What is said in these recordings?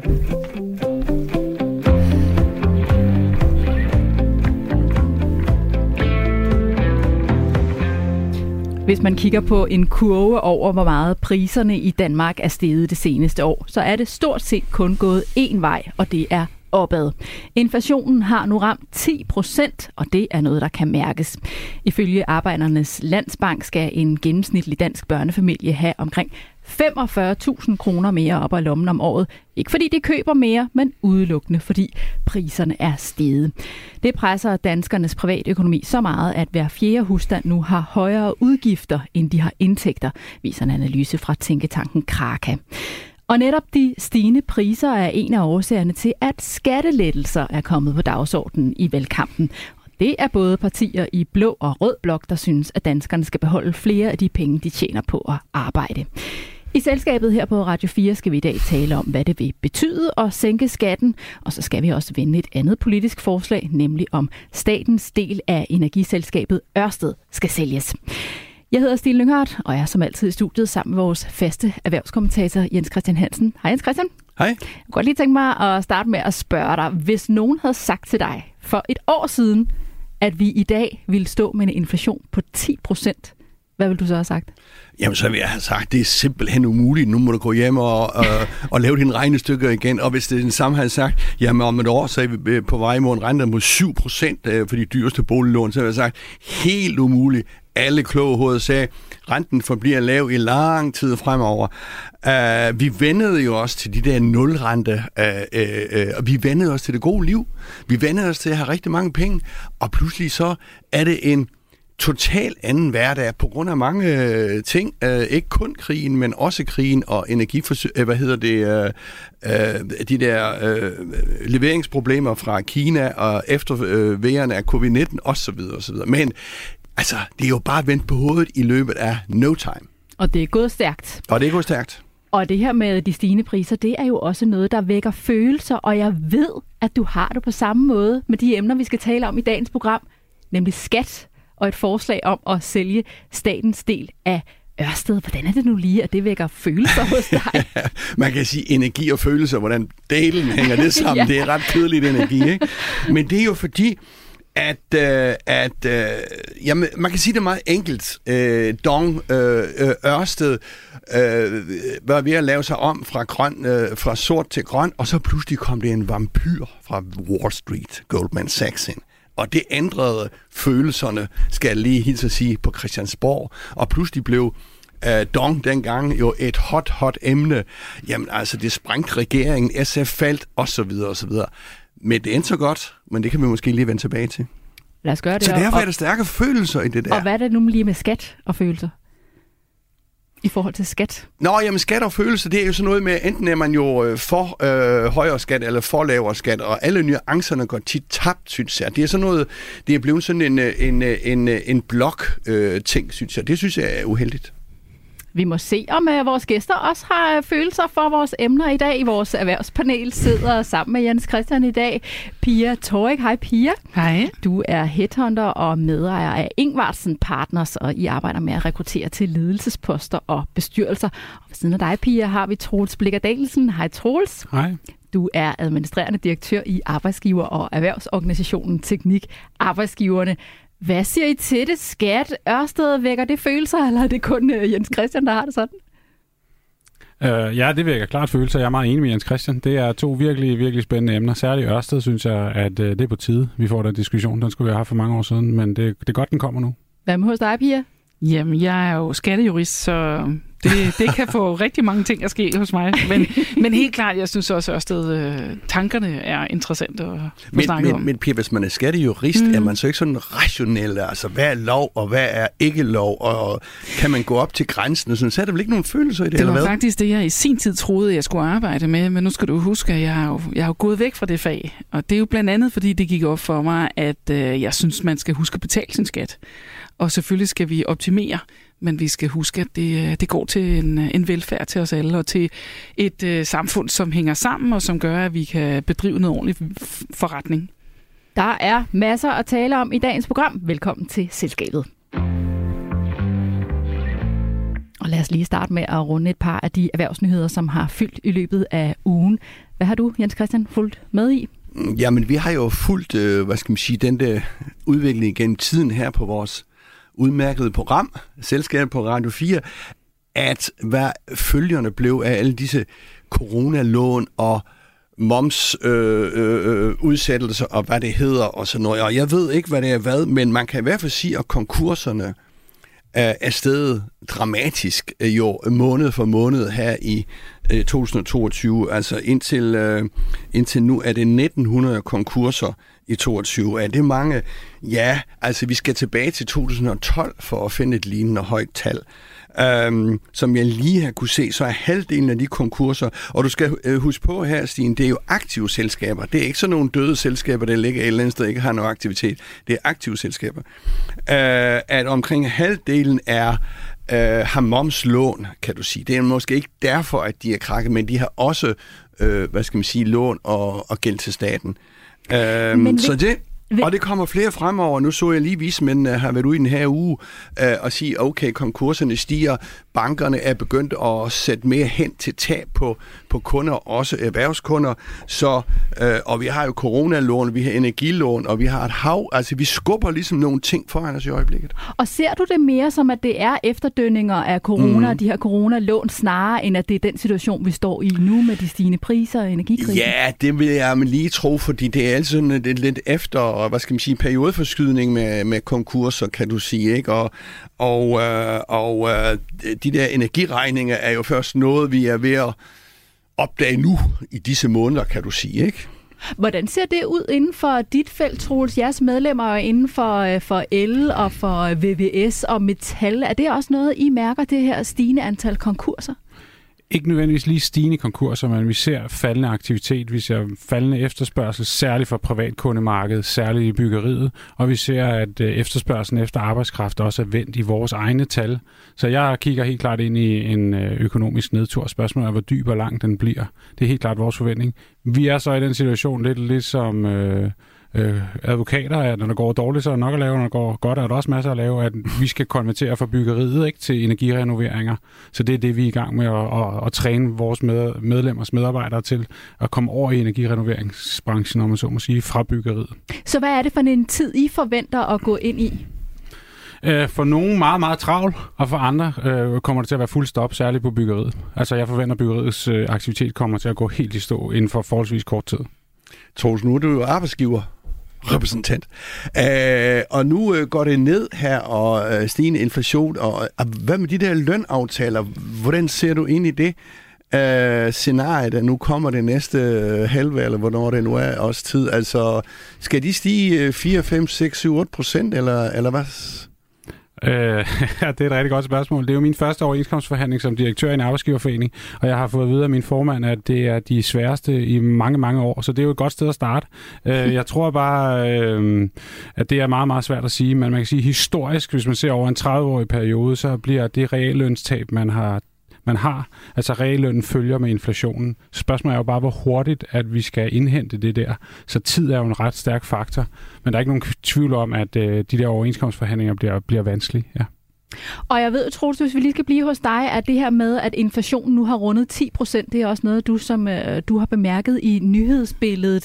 Hvis man kigger på en kurve over, hvor meget priserne i Danmark er steget det seneste år, så er det stort set kun gået én vej, og det er opad. Inflationen har nu ramt 10%, og det er noget, der kan mærkes. Ifølge Arbejdernes Landsbank skal en gennemsnitlig dansk børnefamilie have omkring 45.000 kroner mere op ad lommen om året. Ikke fordi de køber mere, men udelukkende fordi priserne er steget. Det presser danskernes privatøkonomi så meget, at hver fjerde husstand nu har højere udgifter, end de har indtægter, viser en analyse fra tænketanken Kraka. Og netop de stigende priser er en af årsagerne til, at skattelettelser er kommet på dagsordenen i valgkampen. Det er både partier i blå og rød blok, der synes, at danskerne skal beholde flere af de penge, de tjener på at arbejde. I selskabet her på Radio 4 skal vi i dag tale om, hvad det vil betyde at sænke skatten, og så skal vi også vende et andet politisk forslag, nemlig om statens del af energiselskabet Ørsted skal sælges. Jeg hedder Stine Lynghardt, og jeg er som altid i studiet sammen med vores faste erhvervskommentator Jens Christian Hansen. Hej Jens Christian. Hej. Jeg kunne godt lige tænke mig at starte med at spørge dig, hvis nogen havde sagt til dig for et år siden, at vi i dag ville stå med en inflation på 10%, hvad ville du så have sagt? Jamen, så vil jeg have sagt, det er simpelthen umuligt. Nu må du gå hjem og lave dine regnestykker igen. Og hvis det er den samme, havde sagt, jamen om et år, så er vi på vej mod en rente mod 7% for de dyreste boliglån, så vil jeg sagt, helt umuligt. Alle kloge hoveder sagde, renten forbliver lav i lang tid fremover. Vi vendede jo også til de der nulrente, og vi vendede os til det gode liv. Vi vendede os til at have rigtig mange penge, og pludselig så er det en total anden hverdag på grund af mange ting. Ikke kun krigen, men også krigen og de der leveringsproblemer fra Kina og efterværende af covid-19 osv. osv. Men altså, det er jo bare vendt på hovedet i løbet af no time. Og det er gået stærkt. Og det her med de stigende priser, det er jo også noget, der vækker følelser, og jeg ved, at du har det på samme måde med de emner, vi skal tale om i dagens program, nemlig skat og et forslag om at sælge statens del af Ørsted. Hvordan er det nu lige, at det vækker følelser hos dig? Man kan sige energi og følelser, hvordan delen hænger det sammen. Ja. Det er ret kedeligt energi, ikke? Men det er jo fordi, jamen, man kan sige det meget enkelt. Ørsted var ved at lave sig om fra sort til grøn, og så pludselig kom det en vampyr fra Wall Street, Goldman Sachs ind. Og det ændrede følelserne, skal jeg lige hilse at sige, på Christiansborg. Og pludselig blev Dong dengang jo et hot emne. Jamen altså, det sprængte regeringen, SF faldt, osv. osv. Men det endte så godt, men det kan vi måske lige vende tilbage til. Lad os gøre det. Så derfor er der stærke følelser i det der. Og hvad er det nu lige med skat og følelser? I forhold til skat? Jamen skat og følelser, det er jo sådan noget med, enten er man jo for højere skat eller for lavere skat, og alle nuancerne går tit tabt, synes jeg. Det er sådan noget, det er blevet sådan en blok-ting, synes jeg. Det synes jeg er uheldigt. Vi må se, om vores gæster også har følelser for vores emner i dag. I vores erhvervspanel sidder sammen med Jens Christian i dag Pia Torik. Hej Pia. Hej. Du er headhunter og medejer af Ingvartsen Partners, og I arbejder med at rekruttere til ledelsesposter og bestyrelser. Og ved siden af dig, Pia, har vi Troels Blicher Danielsen. Hej Troels. Hej. Du er administrerende direktør i Arbejdsgiver- og Erhvervsorganisationen Teknik Arbejdsgiverne. Hvad siger I til det? Skat, Ørsted, vækker det følelser, eller er det kun Jens Christian, der har det sådan? Ja, det vækker klart følelser. Jeg er meget enig med Jens Christian. Det er to virkelig, virkelig spændende emner. Særligt Ørsted, synes jeg, at det er på tide. Vi får den diskussion. Den skulle vi have haft for mange år siden, men det er godt, den kommer nu. Hvad med hos dig, Pia? Jamen, jeg er jo skattejurist, så det kan få rigtig mange ting at ske hos mig. Men helt klart, jeg synes også, at tankerne er interessante at få snakket om. Men Pia, hvis man er skattejurist, er man så ikke sådan rationel? Altså, hvad er lov, og hvad er ikke lov? Og kan man gå op til grænsen? Og sådan, så er der vel ikke nogen følelser i det, eller hvad? Det var faktisk det, jeg i sin tid troede, jeg skulle arbejde med. Men nu skal du huske, at jeg har jo gået væk fra det fag. Og det er jo blandt andet, fordi det gik op for mig, at jeg synes, man skal huske at betale sin skat. Og selvfølgelig skal vi optimere, men vi skal huske, at det går til en velfærd til os alle, og til et samfund, som hænger sammen, og som gør, at vi kan bedrive noget ordentligt forretning. Der er masser at tale om i dagens program. Velkommen til selskabet. Og lad os lige starte med at runde et par af de erhvervsnyheder, som har fyldt i løbet af ugen. Hvad har du, Jens Christian, fulgt med i? Jamen, vi har jo fulgt, den der udvikling gennem tiden her på vores udmærkede program, Selskabet på Radio 4, at hvad følgerne blev af alle disse coronalån og moms udsættelser og hvad det hedder og sådan noget. Og jeg ved ikke, hvad det er hvad, men man kan i hvert fald sige, at konkurserne er steget dramatisk jo måned for måned her i 2022. Altså indtil nu er det 1900 konkurser i 2022. Er det mange? Ja, altså vi skal tilbage til 2012 for at finde et lignende højt tal. Som jeg lige har kunne se, så er halvdelen af de konkurser, og du skal huske på her, Stine, det er jo aktive selskaber. Det er ikke sådan nogle døde selskaber, der ligger et eller andet sted, ikke har noget aktivitet. Det er aktive selskaber. At omkring halvdelen har momslån, kan du sige. Det er måske ikke derfor, at de er krakket, men de har også, lån og gæld til staten. Og det kommer flere fremover. Nu så jeg lige vismændene har været ude i den her uge og sige, okay, konkurserne stiger, bankerne er begyndt at sætte mere hen til tab på kunder, også erhvervskunder. Så, og vi har jo coronalån, vi har energilån, og vi har et hav. Altså vi skubber ligesom nogle ting foran os i øjeblikket. Og ser du det mere som, at det er efterdønninger af corona, de her coronalån, snarere end at det er den situation, vi står i nu med de stigende priser og energikrisen? Ja, det vil jeg lige tro, fordi det er altså sådan lidt efter periodeforskydning med konkurser, kan du sige, ikke? Og de der energiregninger er jo først noget, vi er ved at opdage nu i disse måneder, kan du sige, ikke? Hvordan ser det ud inden for dit felt, Troels? Jeres medlemmer er inden for el og for VVS og metal. Er det også noget, I mærker, det her stigende antal konkurser? Ikke nødvendigvis lige stigende konkurser, men vi ser faldende aktivitet, vi ser faldende efterspørgsel, særligt for privatkundemarkedet, særligt i byggeriet, og vi ser, at efterspørgselen efter arbejdskraft også er vendt i vores egne tal. Så jeg kigger helt klart ind i en økonomisk nedtur. Spørgsmålet er, hvor dyb og lang den bliver. Det er helt klart vores forventning. Vi er så i den situation lidt som advokater, at når der går dårligt, så er der nok at lave, når der går godt, er der også masser at lave, at vi skal konvertere fra byggeriet ikke, til energirenoveringer. Så det er det, vi er i gang med at træne vores medlemmers medarbejdere til at komme over i energirenoveringsbranchen, om man så må sige, fra byggeriet. Så hvad er det for en tid, I forventer at gå ind i? For nogen meget, meget travl, og for andre kommer det til at være fuld stop, særligt på byggeriet. Altså jeg forventer, at byggeriets aktivitet kommer til at gå helt i stå inden for forholdsvis kort tid. Troels, nu er du jo arbejdsgiverrepræsentant. Og nu går det ned her, og stigende inflation. Og hvad med de der lønaftaler? Hvordan ser du ind i det scenarie, der nu kommer det næste halve, eller hvornår det nu er også tid? Altså, skal de stige 4, 5, 6, 7, 8%, eller hvad? Det er et rigtig godt spørgsmål. Det er jo min første overenskomstforhandling som direktør i en arbejdsgiverforening, og jeg har fået at vide af min formand, at det er de sværeste i mange, mange år, så det er jo et godt sted at starte. Jeg tror bare, at det er meget, meget svært at sige, men man kan sige historisk, hvis man ser over en 30-årig periode, så bliver det reallønstab, man har, altså reallønnen følger med inflationen. Spørgsmålet er jo bare, hvor hurtigt, at vi skal indhente det der. Så tid er jo en ret stærk faktor, men der er ikke nogen tvivl om, at de der overenskomstforhandlinger bliver vanskelige. Ja. Og jeg ved, Troels, hvis vi lige skal blive hos dig, at det her med, at inflationen nu har rundet 10%, det er også noget, du har bemærket i nyhedsbilledet.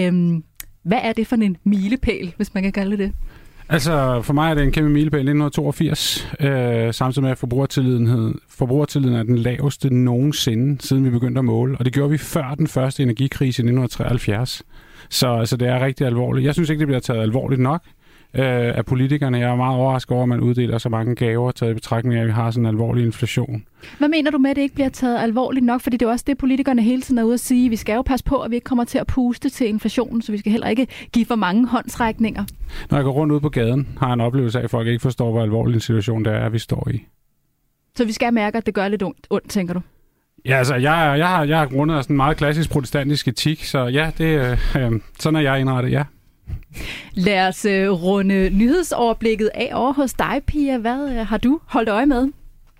Hvad er det for en milepæl, hvis man kan kalde det? Altså, for mig er det en kæmpe milepæl 1982, samtidig med, at forbrugertilliden er den laveste nogensinde, siden vi begyndte at måle. Og det gjorde vi før den første energikrise i 1973. Så det er rigtig alvorligt. Jeg synes ikke, det bliver taget alvorligt nok af politikerne. Jeg er meget overrasket over, at man uddeler så mange gaver, taget i betragtning af, at vi har sådan en alvorlig inflation. Hvad mener du med, at det ikke bliver taget alvorligt nok? Fordi det er også det, politikerne hele tiden er ude at sige. Vi skal jo passe på, at vi ikke kommer til at puste til inflationen, så vi skal heller ikke give for mange håndsrækninger. Når jeg går rundt ude på gaden, har jeg en oplevelse af, at folk ikke forstår, hvor alvorlig en situation det er, vi står i. Så vi skal mærke, at det gør lidt ondt, tænker du? Ja, altså, jeg har grundet af sådan en meget klassisk protestantisk etik, så ja, sådan er jeg indrettet, ja. Lad os runde nyhedsoverblikket af over hos dig, Pia. Hvad har du holdt øje med?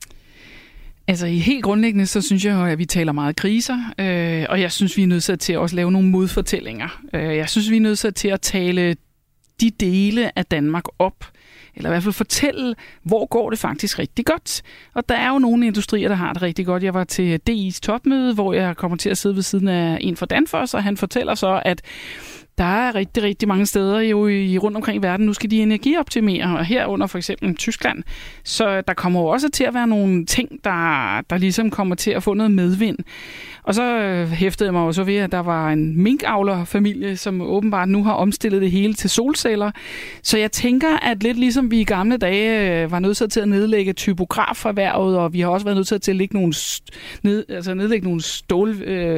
Altså helt grundlæggende, så synes jeg jo, at vi taler meget kriser, og jeg synes, vi er nødt til at også lave nogle modfortællinger. Jeg synes, vi er nødt til at tale de dele af Danmark op, eller i hvert fald fortælle, hvor går det faktisk rigtig godt. Og der er jo nogle industrier, der har det rigtig godt. Jeg var til DI's topmøde, hvor jeg kommer til at sidde ved siden af en fra Danfoss, og han fortæller så, at der er rigtig, rigtig mange steder jo rundt omkring i verden. Nu skal de energioptimere, og herunder for eksempel Tyskland. Så der kommer jo også til at være nogle ting, der ligesom kommer til at få noget medvind. Og så hæftede jeg mig også ved, at der var en minkavlerfamilie, som åbenbart nu har omstillet det hele til solceller. Så jeg tænker, at lidt ligesom vi i gamle dage var nødt til at nedlægge typograferhvervet, og vi har også været nødt til at nedlægge nogle stål,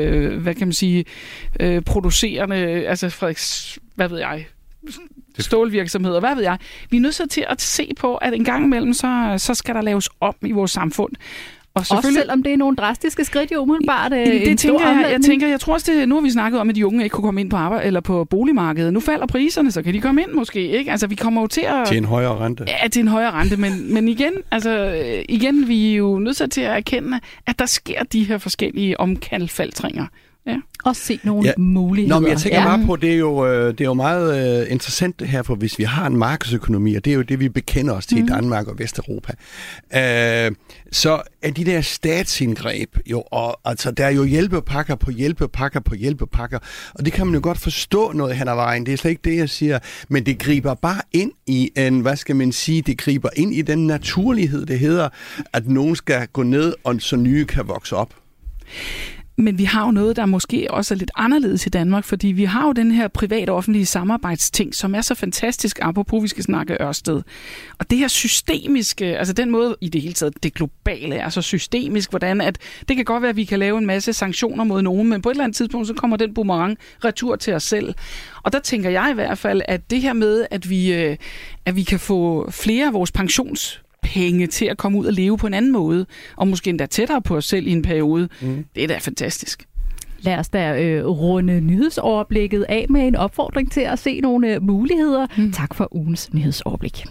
producerende, altså hvad ved jeg, stålvirksomheder, hvad ved jeg. Vi er nødt til at se på, at en gang imellem, så skal der laves om i vores samfund. Og også selvom det er nogle drastiske skridt, jo umiddelbart. Jeg tror også, nu har vi snakket om, at de unge ikke kunne komme ind på arbejde eller på boligmarkedet. Nu falder priserne, så kan de komme ind måske, ikke? Altså, vi kommer jo til at... Til en højere rente. Ja, til en højere rente, men igen, vi er jo nødt til at erkende, at der sker de her forskellige omkalfaltringer. Ja. Og se nogle muligheder. Nå, men jeg tænker bare på, det er jo meget interessant det her, for hvis vi har en markedsøkonomi, og det er jo det, vi bekender os til i Danmark og Vesteuropa, så er de der statsindgreb jo, og altså der er jo hjælpepakker på hjælpepakker på hjælpepakker, og det kan man jo godt forstå noget hen ad vejen, det er slet ikke det, jeg siger, men det griber bare ind i det griber ind i den naturlighed, det hedder, at nogen skal gå ned, og så nye kan vokse op. Men vi har jo noget, der måske også er lidt anderledes i Danmark, fordi vi har jo den her privat-offentlige samarbejdsting, som er så fantastisk, apropos vi skal snakke Ørsted. Og det her systemiske, altså den måde i det hele taget, det globale er så systemisk, hvordan at det kan godt være, at vi kan lave en masse sanktioner mod nogen, men på et eller andet tidspunkt, så kommer den boomerang retur til os selv. Og der tænker jeg i hvert fald, at det her med, at vi kan få flere af vores pensionspenge til at komme ud og leve på en anden måde, og måske endda tættere på os selv i en periode. Det er da fantastisk. Lad os da runde nyhedsoverblikket af med en opfordring til at se nogle muligheder. Tak for ugens nyhedsoverblik.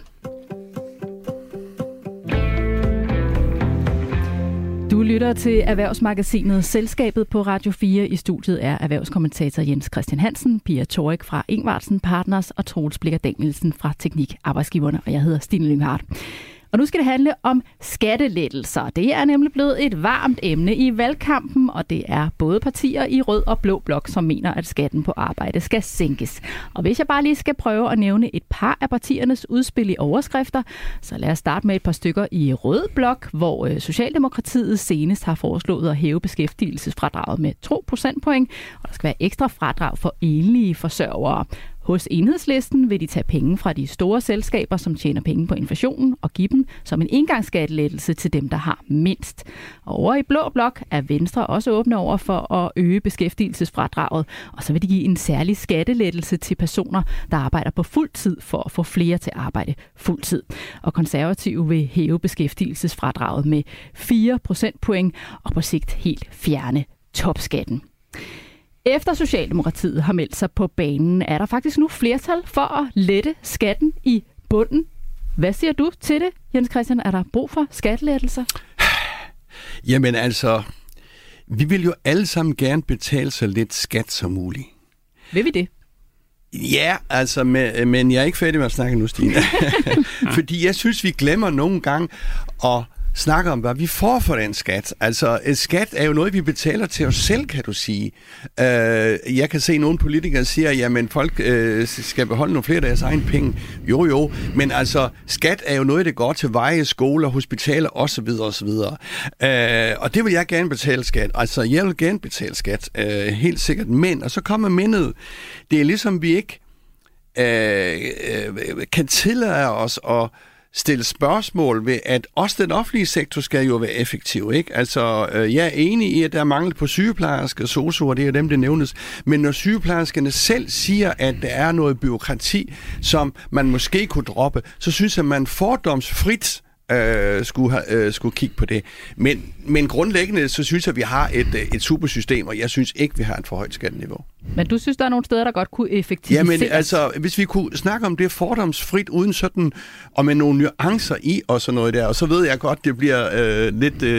Du lytter til Erhvervsmagasinet Selskabet på Radio 4. I studiet er erhvervskommentator Jens Christian Hansen, Pia Torik fra Ingvartsen Partners og Troels Blikker Danielsen fra Teknik Arbejdsgiverne, og jeg hedder Stine Lynghardt. Og nu skal det handle om skattelettelser. Det er nemlig blevet et varmt emne i valgkampen, og det er både partier i rød og blå blok, som mener, at skatten på arbejde skal sænkes. Og hvis jeg bare lige skal prøve at nævne et par af partiernes udspil i overskrifter, så lad os starte med et par stykker i rød blok, hvor Socialdemokratiet senest har foreslået at hæve beskæftigelsesfradraget med 2 procentpoint, og der skal være ekstra fradrag for enlige forsørgere. Hos Enhedslisten vil de tage penge fra de store selskaber, som tjener penge på inflationen, og give dem som en engangsskattelettelse til dem, der har mindst. Og over i blå blok er Venstre også åbne over for at øge beskæftigelsesfradraget, og så vil de give en særlig skattelettelse til personer, der arbejder på fuld tid for at få flere til at arbejde fuld tid. Og Konservative vil hæve beskæftigelsesfradraget med 4 procentpoint og på sigt helt fjerne topskatten. Efter Socialdemokratiet har meldt sig på banen, er der faktisk nu flertal for at lette skatten i bunden. Hvad siger du til det, Jens Christian? Er der brug for skattelettelser? Jamen altså, vi vil jo alle sammen gerne betale så lidt skat som muligt. Vil vi det? Ja, altså, men jeg er ikke færdig med at snakke nu, Stine. Fordi jeg synes, vi glemmer nogle gange at snakke om, hvad vi får for den skat. Altså, skat er jo noget, vi betaler til os selv, kan du sige. Jeg kan se, at nogle politikere siger, jamen folk skal beholde nogle flere af deres egen penge. Jo, men altså, skat er jo noget, der går til veje, skoler, hospitaler osv. osv. Og det vil jeg gerne betale skat. Altså, jeg vil gerne betale skat, helt sikkert. Men, og så kommer mindet, det er ligesom, vi ikke kan tillade os at stille spørgsmål ved, at også den offentlige sektor skal jo være effektiv, ikke? Altså, jeg er enig i, at der er mangel på sygeplejersker, sosuer, det er dem, det nævnes, men når sygeplejerskerne selv siger, at der er noget byråkrati, som man måske kunne droppe, så synes jeg, at man fordomsfrit skulle kigge på det. Men grundlæggende, så synes jeg, at vi har et supersystem, og jeg synes ikke, vi har et for højt skatteniveau. Men du synes, der er nogle steder, der godt kunne effektiviseres? Jamen, altså, hvis vi kunne snakke om det fordomsfrit, uden sådan, og med nogle nuancer i og sådan noget der, og så ved jeg godt, det bliver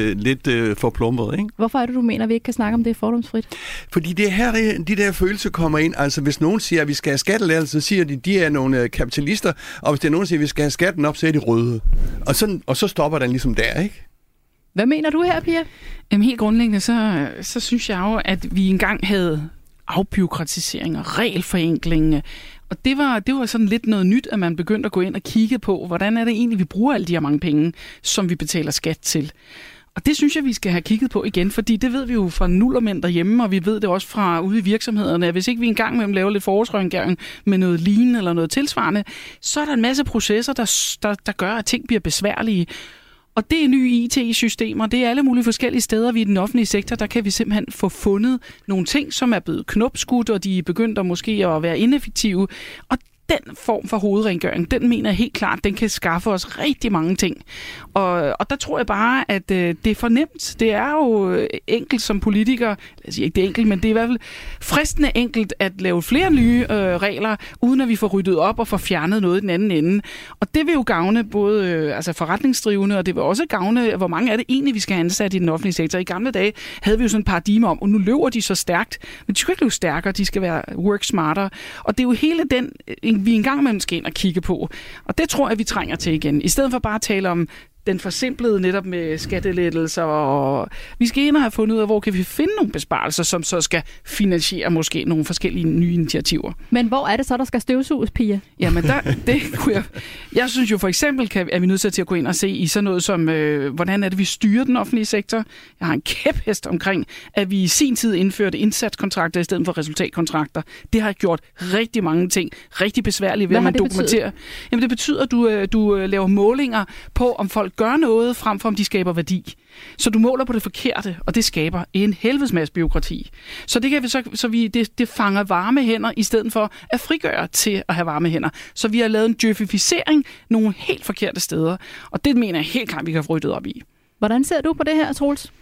lidt forplumret, ikke? Hvorfor er det, du mener, at vi ikke kan snakke om det fordomsfrit? Fordi det her, de der følelser kommer ind. Altså, hvis nogen siger, at vi skal have skattelettelser, så siger de er nogle kapitalister, og hvis der er nogen, der siger, at vi skal have skatten op, så er de røde. Og så stopper den ligesom der, ikke? Hvad mener du her, Pia? Jamen, helt grundlæggende, så synes jeg jo, at vi engang havde afbureaukratisering og regelforenkling. Og det var sådan lidt noget nyt, at man begyndte at gå ind og kigge på, hvordan er det egentlig, vi bruger alle de her mange penge, som vi betaler skat til. Og det synes jeg, vi skal have kigget på igen, fordi det ved vi jo fra nullermænd derhjemme, og vi ved det også fra ude i virksomhederne, at hvis ikke vi engang med dem laver lidt forårsrengøring med noget lignende eller noget tilsvarende, så er der en masse processer, der gør, at ting bliver besværlige. Og det er nye IT-systemer, det er alle mulige forskellige steder i den offentlige sektor, der kan vi simpelthen få fundet nogle ting, som er blevet knopskudt, og de er begyndt at måske at være ineffektive. Og den form for hovedrengøring, den mener jeg helt klart, den kan skaffe os rigtig mange ting. Og der tror jeg bare, at det er for nemt. Det er jo enkelt som politiker, jeg siger ikke det er enkelt, men det er i hvert fald fristende enkelt at lave flere nye regler, uden at vi får ryddet op og får fjernet noget i den anden ende. Og det vil jo gavne både forretningsdrivende, og det vil også gavne, hvor mange er det egentlig, vi skal have ansat i den offentlige sektor. I gamle dage havde vi jo sådan et paradigme om, og nu løber de så stærkt, men de skal ikke løbe stærkere, de skal være work smarter. Og det er jo hele den, vi engang med skal ind og kigge på. Og det tror jeg, vi trænger til igen. I stedet for bare at tale om den forsimplede netop med skattelettelser, og vi skal ind og have fundet ud af, hvor kan vi finde nogle besparelser, som så skal finansiere måske nogle forskellige nye initiativer. Men hvor er det så, der skal støvsuges, Pia? Jamen, det kunne jeg synes jo for eksempel, er vi nødt til at gå ind og se i sådan noget som, hvordan er det, vi styrer den offentlige sektor. Jeg har en kæphest omkring, at vi i sin tid indførte indsatskontrakter i stedet for resultatkontrakter. Det har gjort rigtig mange ting rigtig besværlige ved, at man dokumenterer. Jamen, det betyder, at du laver målinger på, om folk gør noget, frem for om de skaber værdi. Så du måler på det forkerte, og det skaber en helvedes masse bureaukrati. Så det kan vi det fanger varme hænder, i stedet for at frigøre til at have varme hænder. Så vi har lavet en djøfificering nogle helt forkerte steder, og det mener jeg helt klart, vi kan få ryddet op i. Hvordan ser du på det her, Troels?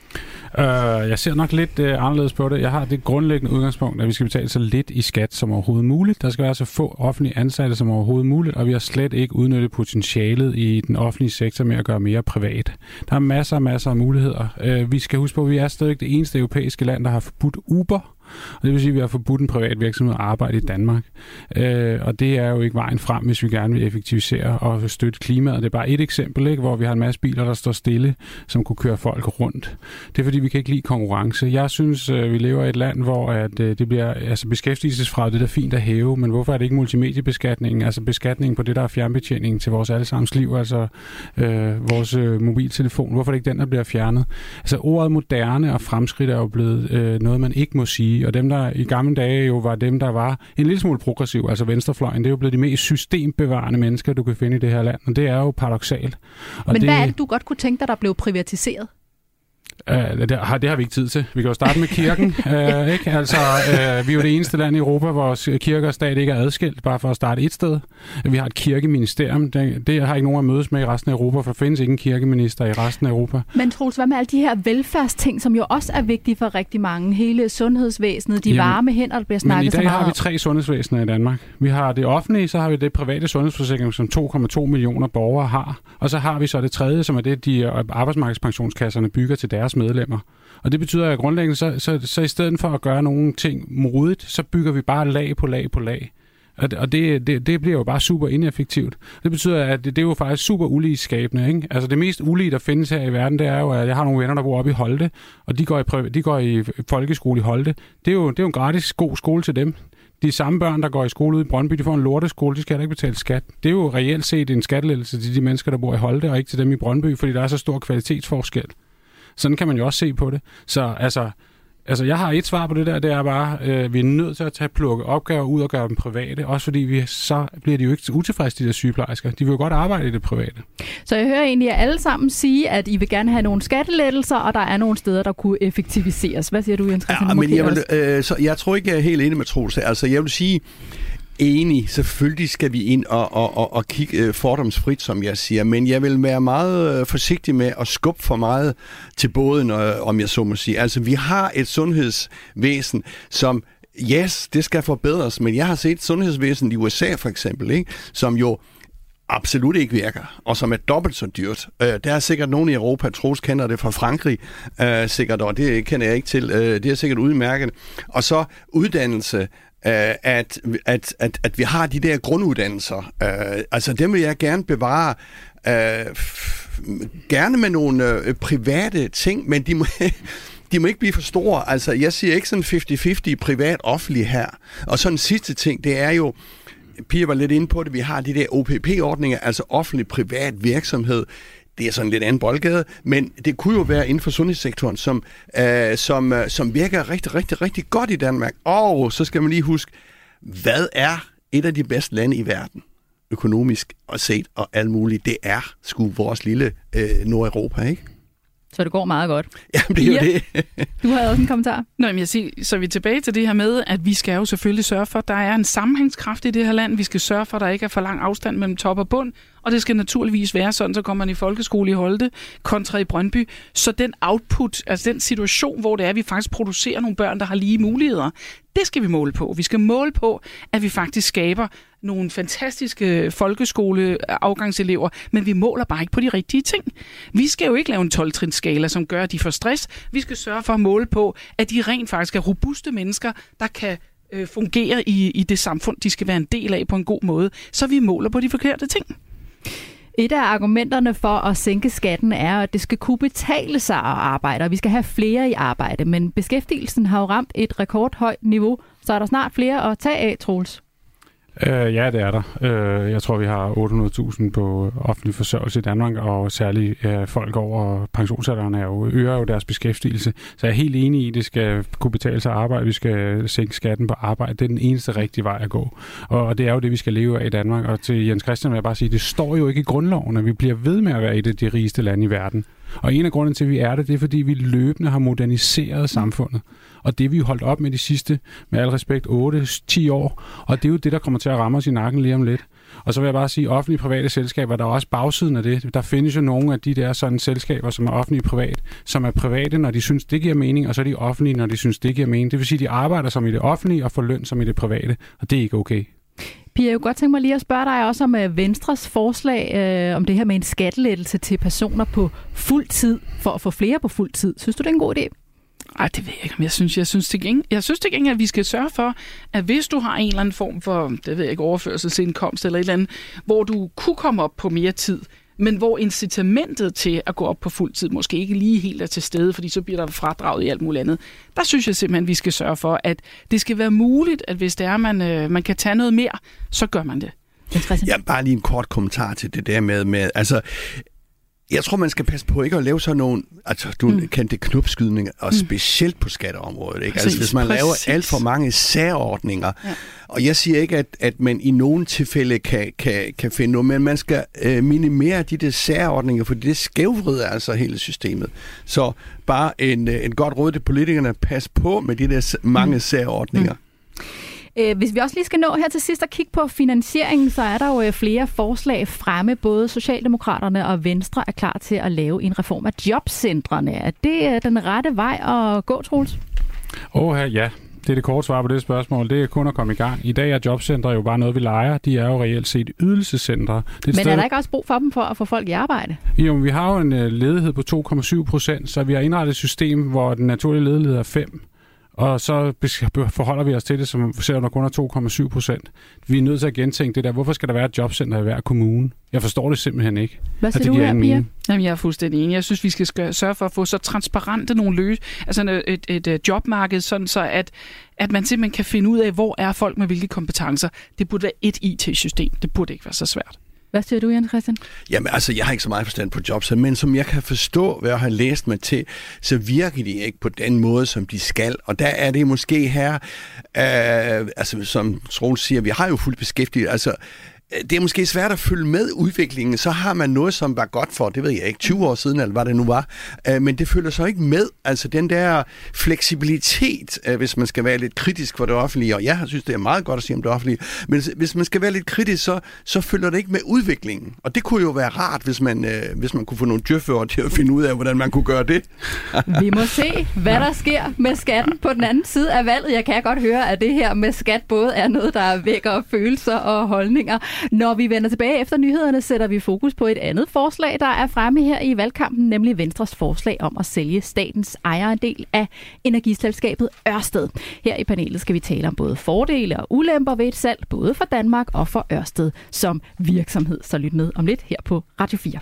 Jeg ser nok lidt anderledes på det. Jeg har det grundlæggende udgangspunkt, at vi skal betale så lidt i skat som overhovedet muligt. Der skal være så få offentlige ansatte som overhovedet muligt, og vi har slet ikke udnyttet potentialet i den offentlige sektor med at gøre mere privat. Der er masser af muligheder. Vi skal huske på, at vi er stadig det eneste europæiske land, der har forbudt Uber. Og det vil sige, at vi har forbudt en privat virksomhed at arbejde i Danmark. Og det er jo ikke vejen frem, hvis vi gerne vil effektivisere og støtte klimaet. Det er bare et eksempel, ikke, hvor vi har en masse biler, der står stille, som kunne køre folk rundt. Det er fordi, vi kan ikke lide konkurrence. Jeg synes, vi lever i et land, hvor at, det bliver beskæftigelsesfradrag, det er fint at hæve, men hvorfor er det ikke multimediebeskatningen, altså beskatningen på det, der er fjernbetjening til vores allesammens liv, altså vores mobiltelefon, hvorfor er det ikke den, der bliver fjernet? Altså ordet moderne og fremskridt er jo blevet noget, man ikke må sige. Og dem, der i gamle dage jo var dem, der var en lille smule progressiv, altså venstrefløjen, det er jo blevet de mest systembevarende mennesker, du kan finde i det her land. Og det er jo paradoksalt. Men hvad er det, du godt kunne tænke dig, der blev privatiseret? Det har vi ikke tid til. Vi kan jo starte med kirken. Ikke? Altså, vi er jo det eneste land i Europa, hvor kirke og stat ikke er adskilt, bare for at starte et sted. Vi har et kirkeministerium. Det har ikke nogen at mødes med i resten af Europa, for der findes ikke en kirkeminister i resten af Europa. Men Troels, hvad med alle de her velfærdsting, som jo også er vigtige for rigtig mange? Hele sundhedsvæsenet, de varme hænder, der bliver snakket så meget om. Men i dag har vi 3 sundhedsvæsener i Danmark. Vi har det offentlige, så har vi det private sundhedsforsikring, som 2,2 millioner borgere har. Og så har vi så det tredje, som er det, de arbejdsmarkedspensionskasserne bygger til deres medlemmer. Og det betyder, at grundlæggende, så i stedet for at gøre nogle ting modigt, så bygger vi bare lag på lag på lag. Og det bliver jo bare super ineffektivt. Det betyder, at det er jo faktisk super uligskabende, ikke? Altså det mest ulige, der findes her i verden, det er jo, at jeg har nogle venner, der bor oppe i Holte, og de går i folkeskole i Holte. Det er jo en gratis god skole til dem. De samme børn, der går i skole ude i Brøndby, de får en lorteskole, de skal heller ikke betale skat. Det er jo reelt set en skattelettelse til de mennesker, der bor i Holte, og ikke til dem i Brøndby, fordi der er så stor kvalitetsforskel. Sådan kan man jo også se på det. Så altså jeg har et svar på det der, det er bare, vi er nødt til at plukke opgaver ud og gøre dem private, også fordi så bliver de jo ikke utilfredse, de der sygeplejersker. De vil jo godt arbejde i det private. Så jeg hører egentlig at alle sammen sige, at I vil gerne have nogle skattelettelser, og der er nogle steder, der kunne effektiviseres. Hvad siger du, Jens Christian? Ja, jeg tror ikke, jeg er helt enig med Troels. Altså jeg vil sige, enig, selvfølgelig skal vi ind og kigge fordomsfrit, som jeg siger, men jeg vil være meget forsigtig med at skubbe for meget til båden, om jeg så må sige. Altså, vi har et sundhedsvæsen, som yes, det skal forbedres, men jeg har set sundhedsvæsenet i USA for eksempel, ikke? Som jo absolut ikke virker, og som er dobbelt så dyrt. Der er sikkert nogen i Europa, Troels kender det fra Frankrig, sikkert, og det kender jeg ikke til. Det er sikkert udmærket. Og så uddannelse, at vi har de der grunduddannelser. Altså dem vil jeg gerne bevare, gerne med nogle private ting, men de må ikke blive for store. Altså, jeg siger ikke sådan 50-50 privat-offentlig her. Og så den sidste ting, det er jo, Pia var lidt inde på det, vi har de der OPP-ordninger, altså offentlig-privat virksomhed. Det er sådan lidt anden boldgade, men det kunne jo være inden for sundhedssektoren, som virker rigtig, rigtig, rigtig godt i Danmark. Og så skal man lige huske, hvad er et af de bedste lande i verden? Økonomisk og set og alt muligt. Det er sgu vores lille Nordeuropa, ikke? Så det går meget godt. Jamen, det er jo det. Du havde også en kommentar. Nå, men jeg siger, så er vi tilbage til det her med, at vi skal jo selvfølgelig sørge for, at der er en sammenhængskraft i det her land. Vi skal sørge for, at der ikke er for lang afstand mellem top og bund. Og det skal naturligvis være sådan, så kommer man i folkeskole i Holte kontra i Brøndby. Så den output, altså den situation, hvor det er, at vi faktisk producerer nogle børn, der har lige muligheder, det skal vi måle på. Vi skal måle på, at vi faktisk skaber nogle fantastiske folkeskoleafgangselever, men vi måler bare ikke på de rigtige ting. Vi skal jo ikke lave en 12-trinsskala, som gør, at de får stress. Vi skal sørge for at måle på, at de rent faktisk er robuste mennesker, der kan fungere i det samfund, de skal være en del af på en god måde. Så vi måler på de forkerte ting. Et af argumenterne for at sænke skatten er, at det skal kunne betale sig at arbejde, og vi skal have flere i arbejde. Men beskæftigelsen har jo ramt et rekordhøjt niveau, så er der snart flere at tage af, Troels. Ja, det er der. Jeg tror, vi har 800.000 på offentlig forsørgelse i Danmark, og særligt folk over pensionsalderen øger jo deres beskæftigelse. Så jeg er helt enig i, at det skal kunne betale sig at arbejde. Vi skal sænke skatten på arbejde. Det er den eneste rigtige vej at gå. Og det er jo det, vi skal leve af i Danmark. Og til Jens Christian vil jeg bare sige, det står jo ikke i grundloven, at vi bliver ved med at være et af de rigeste lande i verden. Og en af grunden til, at vi er det er, fordi vi løbende har moderniseret samfundet. Og det er vi holdt op med de sidste, med al respekt, 8-10 år. Og det er jo det, der kommer til at ramme os i nakken lige om lidt. Og så vil jeg bare sige, offentlige private selskaber, der er også bagsiden af det. Der findes jo nogle af de der sådan selskaber, som er offentlige privat, som er private, når de synes, det giver mening, og så er de offentlige, når de synes, det giver mening. Det vil sige, de arbejder som i det offentlige og får løn som i det private, og det er ikke okay. Pia, jeg kunne godt tænke mig lige at spørge dig også om Venstres forslag om det her med en skattelettelse til personer på fuld tid, for at få flere på fuld tid. Synes du, det er en god idé? Ej, det ved jeg ikke, men jeg synes til gengæld, at vi skal sørge for, at hvis du har en eller anden form for, det ved jeg ikke, overførselsindkomst eller et eller andet, hvor du kunne komme op på mere tid, men hvor incitamentet til at gå op på fuld tid måske ikke lige helt er til stede, fordi så bliver der fradraget i alt muligt andet. Der synes jeg simpelthen, at vi skal sørge for, at det skal være muligt, at hvis det er, man kan tage noget mere, så gør man det. Ja, bare lige en kort kommentar til det der med altså, jeg tror, man skal passe på ikke at lave sådan nogle, altså du kan det knopskydninger, og specielt på skatteområdet, ikke? Altså hvis man laver alt for mange særordninger, og jeg siger ikke, at man i nogle tilfælde kan finde noget, men man skal minimere de der særordninger, for det skævvrider altså hele systemet. Så bare en godt råd til politikerne, pas på med de der mange særordninger. Hvis vi også lige skal nå her til sidst at kigge på finansieringen, så er der jo flere forslag fremme. Både Socialdemokraterne og Venstre er klar til at lave en reform af jobcentrene. Er det den rette vej at gå, Troels? Ja. Det er det korte svar på det spørgsmål. Det er kun at komme i gang. I dag er jobcentre jo bare noget, vi leger. De er jo reelt set ydelsescentre. Men er der ikke også brug for dem for at få folk i arbejde? Jo, vi har jo en ledighed på 2,7%, så vi har indrettet et system, hvor den naturlige ledighed er 5%. Og så forholder vi os til det, som selvom der kun er 2,7%. Vi er nødt til at gentænke det der. Hvorfor skal der være et jobcenter i hver kommune? Jeg forstår det simpelthen ikke. Hvad siger du her, Pia? Jamen, jeg er fuldstændig enig. Jeg synes, vi skal sørge for at få så transparente nogle altså et jobmarked, sådan så at man simpelthen kan finde ud af, hvor er folk med hvilke kompetencer. Det burde være et IT-system. Det burde ikke være så svært. Hvad siger du, Jens Christian? Jamen altså, jeg har ikke så meget forstand på jobs, men som jeg kan forstå, hvad jeg har læst mig til, så virker de ikke på den måde, som de skal. Og der er det måske her, altså som Troels siger, vi har jo fuldt beskæftiget, altså det er måske svært at følge med udviklingen. Så har man noget, som var godt for, det ved jeg ikke, 20 år siden, eller hvad det nu var. Men det følger så ikke med. Altså den der fleksibilitet, hvis man skal være lidt kritisk for det offentlige, og jeg synes, det er meget godt at sige om det offentlige, men hvis man skal være lidt kritisk, så følger det ikke med udviklingen. Og det kunne jo være rart, hvis man kunne få nogle djøffører til at finde ud af, hvordan man kunne gøre det. Vi må se, hvad der sker med skatten på den anden side af valget. Jeg kan godt høre, at det her med skat både er noget, der vækker følelser og holdninger. Når vi vender tilbage efter nyhederne, sætter vi fokus på et andet forslag, der er fremme her i valgkampen, nemlig Venstres forslag om at sælge statens ejerandel af energiselskabet Ørsted. Her i panelet skal vi tale om både fordele og ulemper ved et salg, både for Danmark og for Ørsted som virksomhed. Så lyt med om lidt her på Radio 4.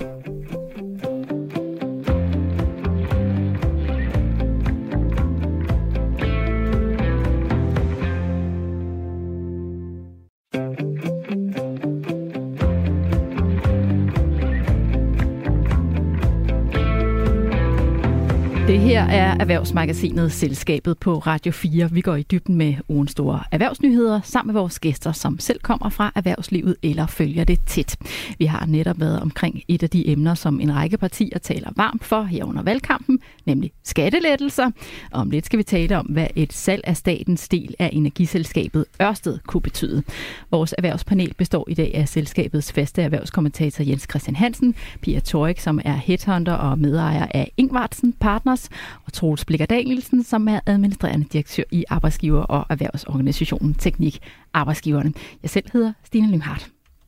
Det her er Erhvervsmagasinet Selskabet på Radio 4. Vi går i dybden med ugens store erhvervsnyheder sammen med vores gæster, som selv kommer fra erhvervslivet eller følger det tæt. Vi har netop været omkring et af de emner, som en række partier taler varmt for her under valgkampen, nemlig skattelettelser. Og om lidt skal vi tale om, hvad et salg af statens del af energiselskabet Ørsted kunne betyde. Vores erhvervspanel består i dag af selskabets faste erhvervskommentator Jens Christian Hansen, Pia Torik, som er headhunter og medejer af Ingvartsen Partners, og Troels Blikker Danielsen, som er administrerende direktør i Arbejdsgiver- og Erhvervsorganisationen Teknik Arbejdsgiverne. Jeg selv hedder Stine Lynghardt.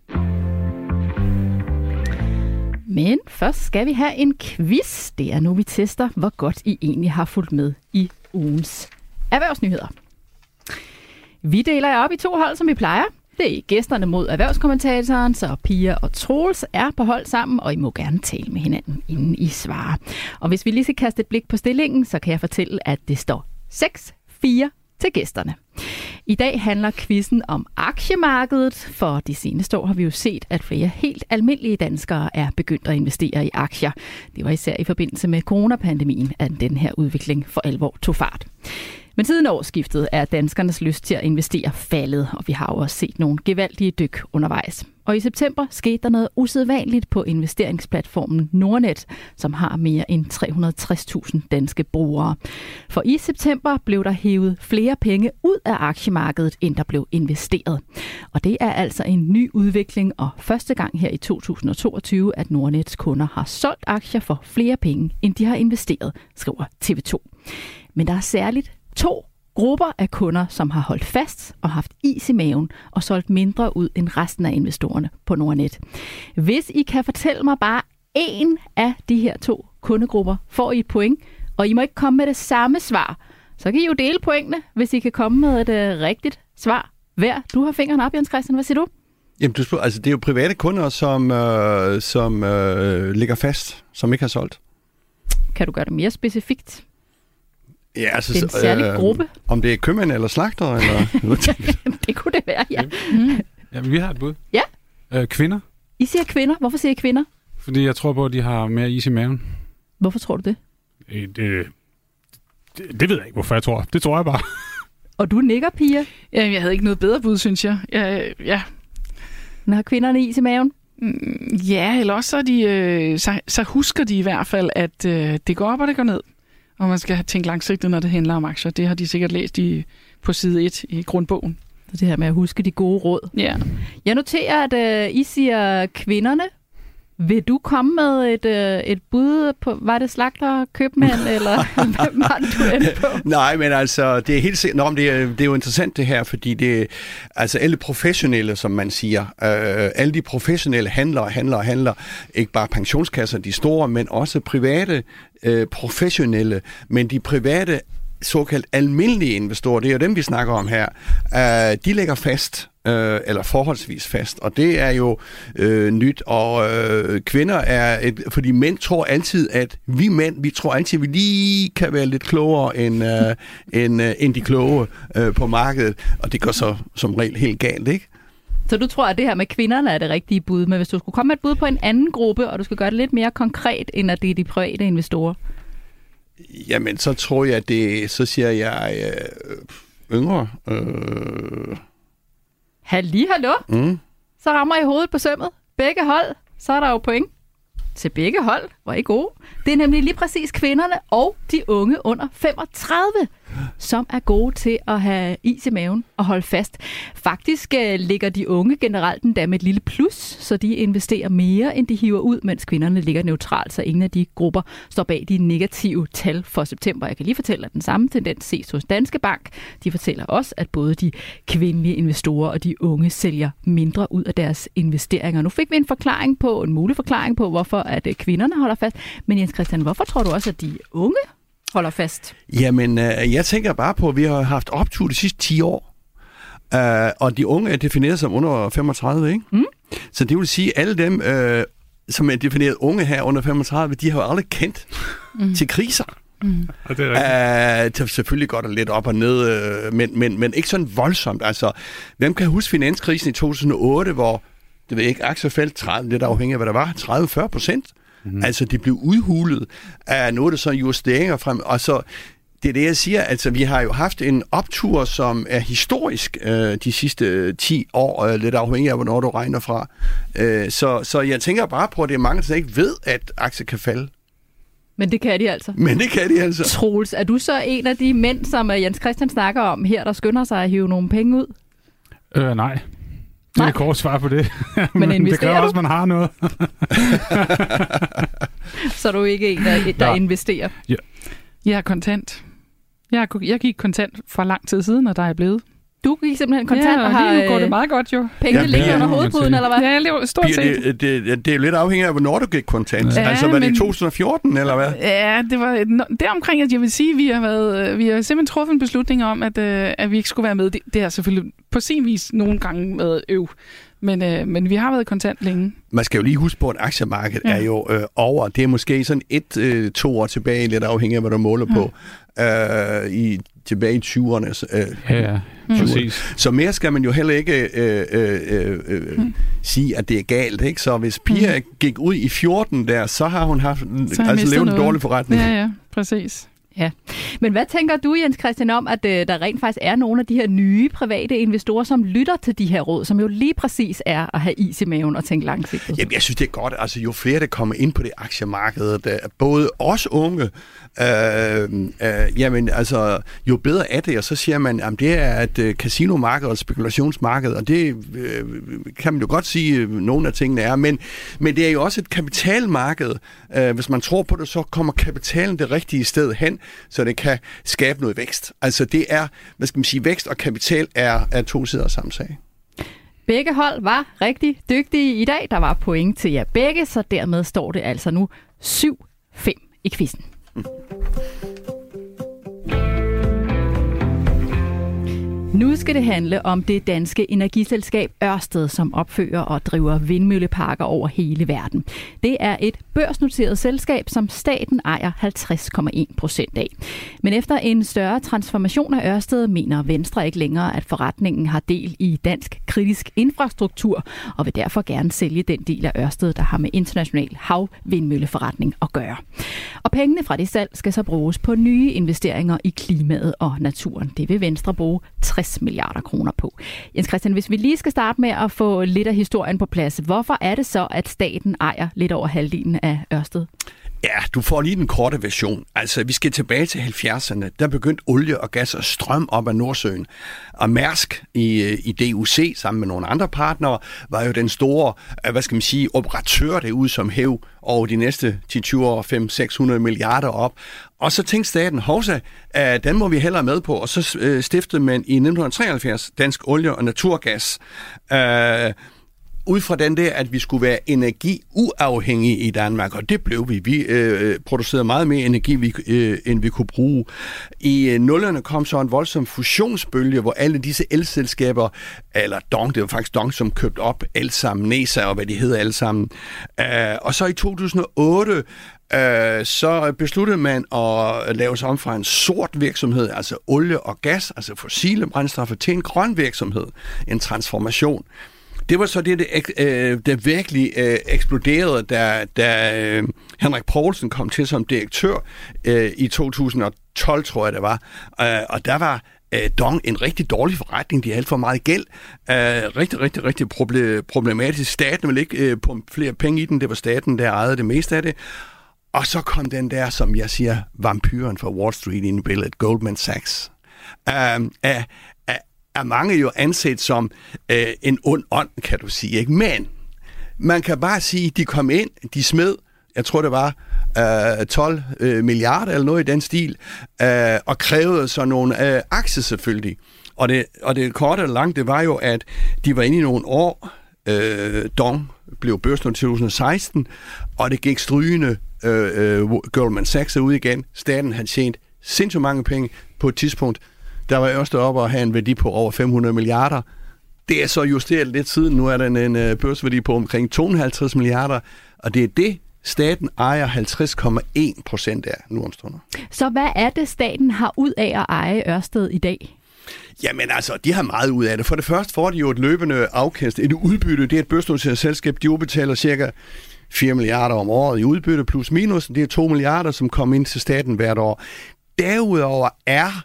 Men først skal vi have en quiz. Det er nu, vi tester, hvor godt I egentlig har fulgt med i ugens erhvervsnyheder. Vi deler jer op i 2 hold, som vi plejer. Det er gæsterne mod erhvervskommentatoren, så Pia og Troels er på hold sammen, og I må gerne tale med hinanden, inden I svarer. Og hvis vi lige skal kaste et blik på stillingen, så kan jeg fortælle, at det står 6-4 til gæsterne. I dag handler quizzen om aktiemarkedet. For de seneste år har vi jo set, at flere helt almindelige danskere er begyndt at investere i aktier. Det var især i forbindelse med coronapandemien, at den her udvikling for alvor tog fart. Men siden årsskiftet er danskernes lyst til at investere faldet, og vi har jo også set nogle gevaldige dyk undervejs. Og i september skete der noget usædvanligt på investeringsplatformen Nordnet, som har mere end 360.000 danske brugere. For i september blev der hævet flere penge ud af aktiemarkedet, end der blev investeret. Og det er altså en ny udvikling, og første gang her i 2022, at Nordnets kunder har solgt aktier for flere penge, end de har investeret, skriver TV2. Men der er særligt 2 grupper af kunder, som har holdt fast og haft is i maven og solgt mindre ud end resten af investorerne på Nordnet. Hvis I kan fortælle mig bare en af de her 2 kundegrupper, får I et point, og I må ikke komme med det samme svar. Så kan I jo dele pointene, hvis I kan komme med et rigtigt svar hver. Du har fingeren op, Jens Christian. Hvad siger du? Jamen, det er jo private kunder, som ligger fast, som ikke har solgt. Kan du gøre det mere specifikt? Ja, altså, det er en særlig gruppe. Om det er købmænd eller slagter? Eller? Det kunne det være, ja. Ja, vi har et bud. Ja. Kvinder. I siger kvinder. Hvorfor siger I kvinder? Fordi jeg tror på, at de har mere is i maven. Hvorfor tror du det? Det ved jeg ikke, hvorfor jeg tror. Det tror jeg bare. Og du nikker, Pia? Jamen, jeg havde ikke noget bedre bud, synes jeg. Ja. Når har kvinderne is i maven? Ja, eller også så husker de i hvert fald, at det går op og det går ned. Og man skal tænke langsigtet, når det handler om aktier. Det har de sikkert læst på side 1 i grundbogen. Så det her med at huske de gode råd. Ja. Jeg noterer, at I siger kvinderne. Vil du komme med et bud på, var det slagter, købmænd, eller hvem var det, du endte på? Nej, men altså, det er helt sikkert, det er jo interessant det her, fordi det altså alle professionelle, som man siger, alle de professionelle handler, ikke bare pensionskasser, de store, men også private professionelle, men de private såkaldt almindelige investorer, det er jo dem, vi snakker om her, de ligger fast, eller forholdsvis fast, og det er jo nyt, og kvinder er fordi mænd tror altid, at vi tror altid, at vi lige kan være lidt klogere end de kloge på markedet, og det går så som regel helt galt, ikke? Så du tror, at det her med kvinderne er det rigtige bud, men hvis du skulle komme med et bud på en anden gruppe, og du skal gøre det lidt mere konkret, end at det er de private investorer? Jamen, så tror jeg, så siger jeg yngre. Hallo? så rammer I hovedet på sømmet. Begge hold, så er der jo point til begge hold. Hvor er I gode? Det er nemlig lige præcis kvinderne og de unge under 35, som er gode til at have is i maven og holde fast. Faktisk ligger de unge generelt endda med et lille plus, så de investerer mere, end de hiver ud, mens kvinderne ligger neutralt, så ingen af de grupper står bag de negative tal for september. Jeg kan lige fortælle, at den samme tendens ses hos Danske Bank. De fortæller også, at både de kvindelige investorer og de unge sælger mindre ud af deres investeringer. Nu fik vi en mulig forklaring på, hvorfor at kvinderne holder fast. Men Jens Christian, hvorfor tror du også, at de unge holder fast? Jamen, jeg tænker bare på, at vi har haft optur de sidste 10 år. Og de unge er defineret som under 35, ikke? Mm. Så det vil sige, at alle dem, som er defineret unge her under 35, de har jo aldrig kendt til kriser. Mm. Og det er selvfølgelig godt og lidt op og ned, men ikke sådan voldsomt. Altså, hvem kan huske finanskrisen i 2008, hvor det ved ikke, aktier faldt 30, lidt afhængig af, hvad der var, 30-40%. Mm-hmm. Altså, det blev udhulet af noget, der så justeringer frem. Og så, det er det, jeg siger, altså, vi har jo haft en optur, som er historisk de sidste 10 år, lidt afhængig af, hvornår du regner fra. Så jeg tænker bare på, at det er mange, der ikke ved, at aktier kan falde. Men det kan de altså. Troels, er du så en af de mænd, som Jens Christian snakker om her, der skynder sig at hive nogle penge ud? Nej. Det er et kort svar på det. Men det kræver også, at man har noget. Så er du ikke en, der investerer? Ja. Jeg er kontant. Jeg gik kontant for lang tid siden, og der er jeg blevet. Du gik simpelthen kontant og har... nu går det meget godt, jo. Pengene ligger under hovedpuden, eller hvad? Ja, jeg lever stort set. Det er jo lidt afhængigt af, hvornår du gik kontant. Ja, altså, var det i 2014, eller hvad? Ja, det var deromkring, at jeg vil sige, vi har simpelthen truffet en beslutning om, at vi ikke skulle være med. Det har selvfølgelig på sin vis nogle gange været men vi har været kontant længe. Man skal jo lige huske på, at aktiemarkedet er jo over. Det er måske sådan 1-2 år tilbage, lidt afhængig af, hvad du måler på. Tilbage i 20'erne. Præcis. Så mere skal man jo heller ikke sige, at det er galt. Ikke? Så hvis Pia gik ud i 14 der, så har hun levet en dårlig forretning. Ja, præcis. Ja, men hvad tænker du, Jens Christian, om, at der rent faktisk er nogle af de her nye private investorer, som lytter til de her råd, som jo lige præcis er at have is i maven og tænke langsigtet? Jamen, jeg synes, det er godt. Altså, jo flere, der kommer ind på det aktiemarked, både os unge, jamen, altså, jo bedre er det, og så siger man, at det er et casinomarked og et spekulationsmarked, og det kan man jo godt sige, nogle af tingene er, men det er jo også et kapitalmarked. Hvis man tror på det, så kommer kapitalen det rigtige sted hen, så det kan skabe noget vækst. Altså det er, hvad skal man sige, vækst og kapital er to sider af samme sag. Begge hold var rigtig dygtige i dag. Der var point til jer begge, så dermed står det altså nu 7-5 i quizzen. Nu skal det handle om det danske energiselskab Ørsted, som opfører og driver vindmølleparker over hele verden. Det er et børsnoteret selskab, som staten ejer 50,1% af. Men efter en større transformation af Ørsted, mener Venstre ikke længere, at forretningen har del i dansk kritisk infrastruktur, og vil derfor gerne sælge den del af Ørsted, der har med international havvindmølleforretning at gøre. Og pengene fra det salg skal så bruges på nye investeringer i klimaet og naturen. Det vil Venstre bruge 60 milliarder kroner på. Jens Christian, hvis vi lige skal starte med at få lidt af historien på plads, hvorfor er det så, at staten ejer lidt over halvdelen af Ørsted? Ja, du får lige den korte version. Altså, vi skal tilbage til 70'erne. Der begyndte olie og gas og strøm op af Nordsøen. Og Mærsk i DUC, sammen med nogle andre partnere, var jo den store, hvad skal man sige, operatør derude, som hæv over de næste 10-20 år 500-600 milliarder op. Og så tænkte staten, hovsa, den må vi hellere med på. Og så stiftede man i 1973 Dansk Olie og Naturgas. Ud fra den der, at vi skulle være energiuafhængige i Danmark, og det blev vi. Vi producerede meget mere energi, end vi kunne bruge. I nullerne kom så en voldsom fusionsbølge, hvor alle disse elselskaber, eller DONG, det var faktisk DONG, som købte op Elsammen, NESA og hvad de hedder alle sammen. Og så i 2008, så besluttede man at lave sig om fra en sort virksomhed, altså olie og gas, altså fossile brændstoffer, til en grøn virksomhed, en transformation. Det var så det virkelig eksploderede, da Henrik Poulsen kom til som direktør i 2012, tror jeg det var. Og der var Dong en rigtig dårlig forretning. De har alt for meget gæld. Rigtig problematisk. Staten vil ikke pumpe flere penge i den. Det var staten, der ejede det meste af det. Og så kom den der, som jeg siger, vampyren fra Wall Street ind i billedet, Goldman Sachs. Er mange jo anset som en ond ånd, kan du sige, ikke? Men man kan bare sige, de kom ind, de smed, jeg tror det var 12 milliarder eller noget i den stil, og krævede så nogle aktier selvfølgelig. Og det korte og langt, det var jo, at de var inde i nogle år. Dong blev børsnoteret i 2016, og det gik strygende. Goldman Sachs ud igen. Staten havde tjent sindssygt mange penge på et tidspunkt. Der var Ørsted oppe og have en værdi på over 500 milliarder. Det er så justeret lidt siden. Nu er der en børsværdi på omkring 250 milliarder, og det er det, staten ejer 50,1% af nu om stunder. Så hvad er det, staten har ud af at eje Ørsted i dag? Jamen altså, de har meget ud af det. For det første får de jo et løbende afkast. Et udbytte, det er et børsnoteret selskab. De udbetaler cirka 4 milliarder om året i udbytte plus minus. Det er 2 milliarder, som kommer ind til staten hvert år. Derudover er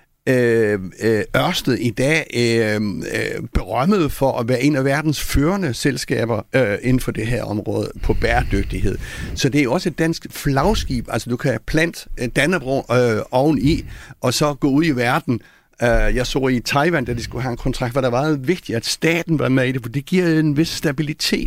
Ørsted i dag berømmet for at være en af verdens førende selskaber inden for det her område på bæredygtighed. Så det er også et dansk flagskib. Altså du kan plante Dannebrog oveni, og så gå ud i verden. Jeg så i Taiwan, da de skulle have en kontrakt, hvor der var vigtigt, at staten var med i det, for det giver en vis stabilitet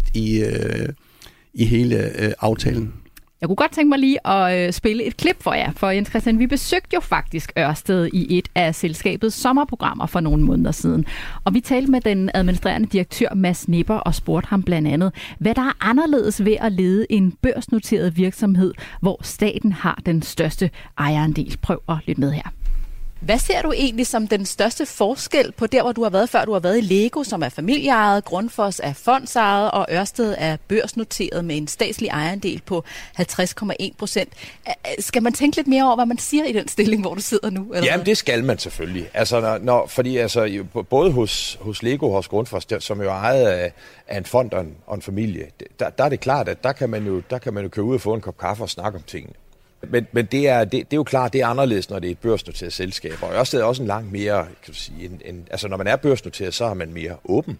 i hele aftalen. Jeg kunne godt tænke mig lige at spille et klip for jer, for Jens Christian, vi besøgte jo faktisk Ørsted i et af selskabets sommerprogrammer for nogle måneder siden. Og vi talte med den administrerende direktør Mads Nipper og spurgte ham blandt andet, hvad der er anderledes ved at lede en børsnoteret virksomhed, hvor staten har den største ejerandel. Prøv at lytte med her. Hvad ser du egentlig som den største forskel på der, hvor du har været før? Du har været i Lego, som er familieejet, Grundfos er fondsejet, og Ørsted er børsnoteret med en statslig ejerandel på 50,1%. Skal man tænke lidt mere over, hvad man siger i den stilling, hvor du sidder nu? Eller Jamen, det skal man selvfølgelig. Altså, fordi altså, både hos Lego og hos Grundfos, som jo er ejet af en fond og en familie, der er det klart, at der kan man jo køre ud og få en kop kaffe og snakke om tingene. Men det er jo klart, det er anderledes, når det er et børsnoteret selskab. Og Ørsted er også en langt mere, kan du sige, altså når man er børsnoteret, så er man mere åben.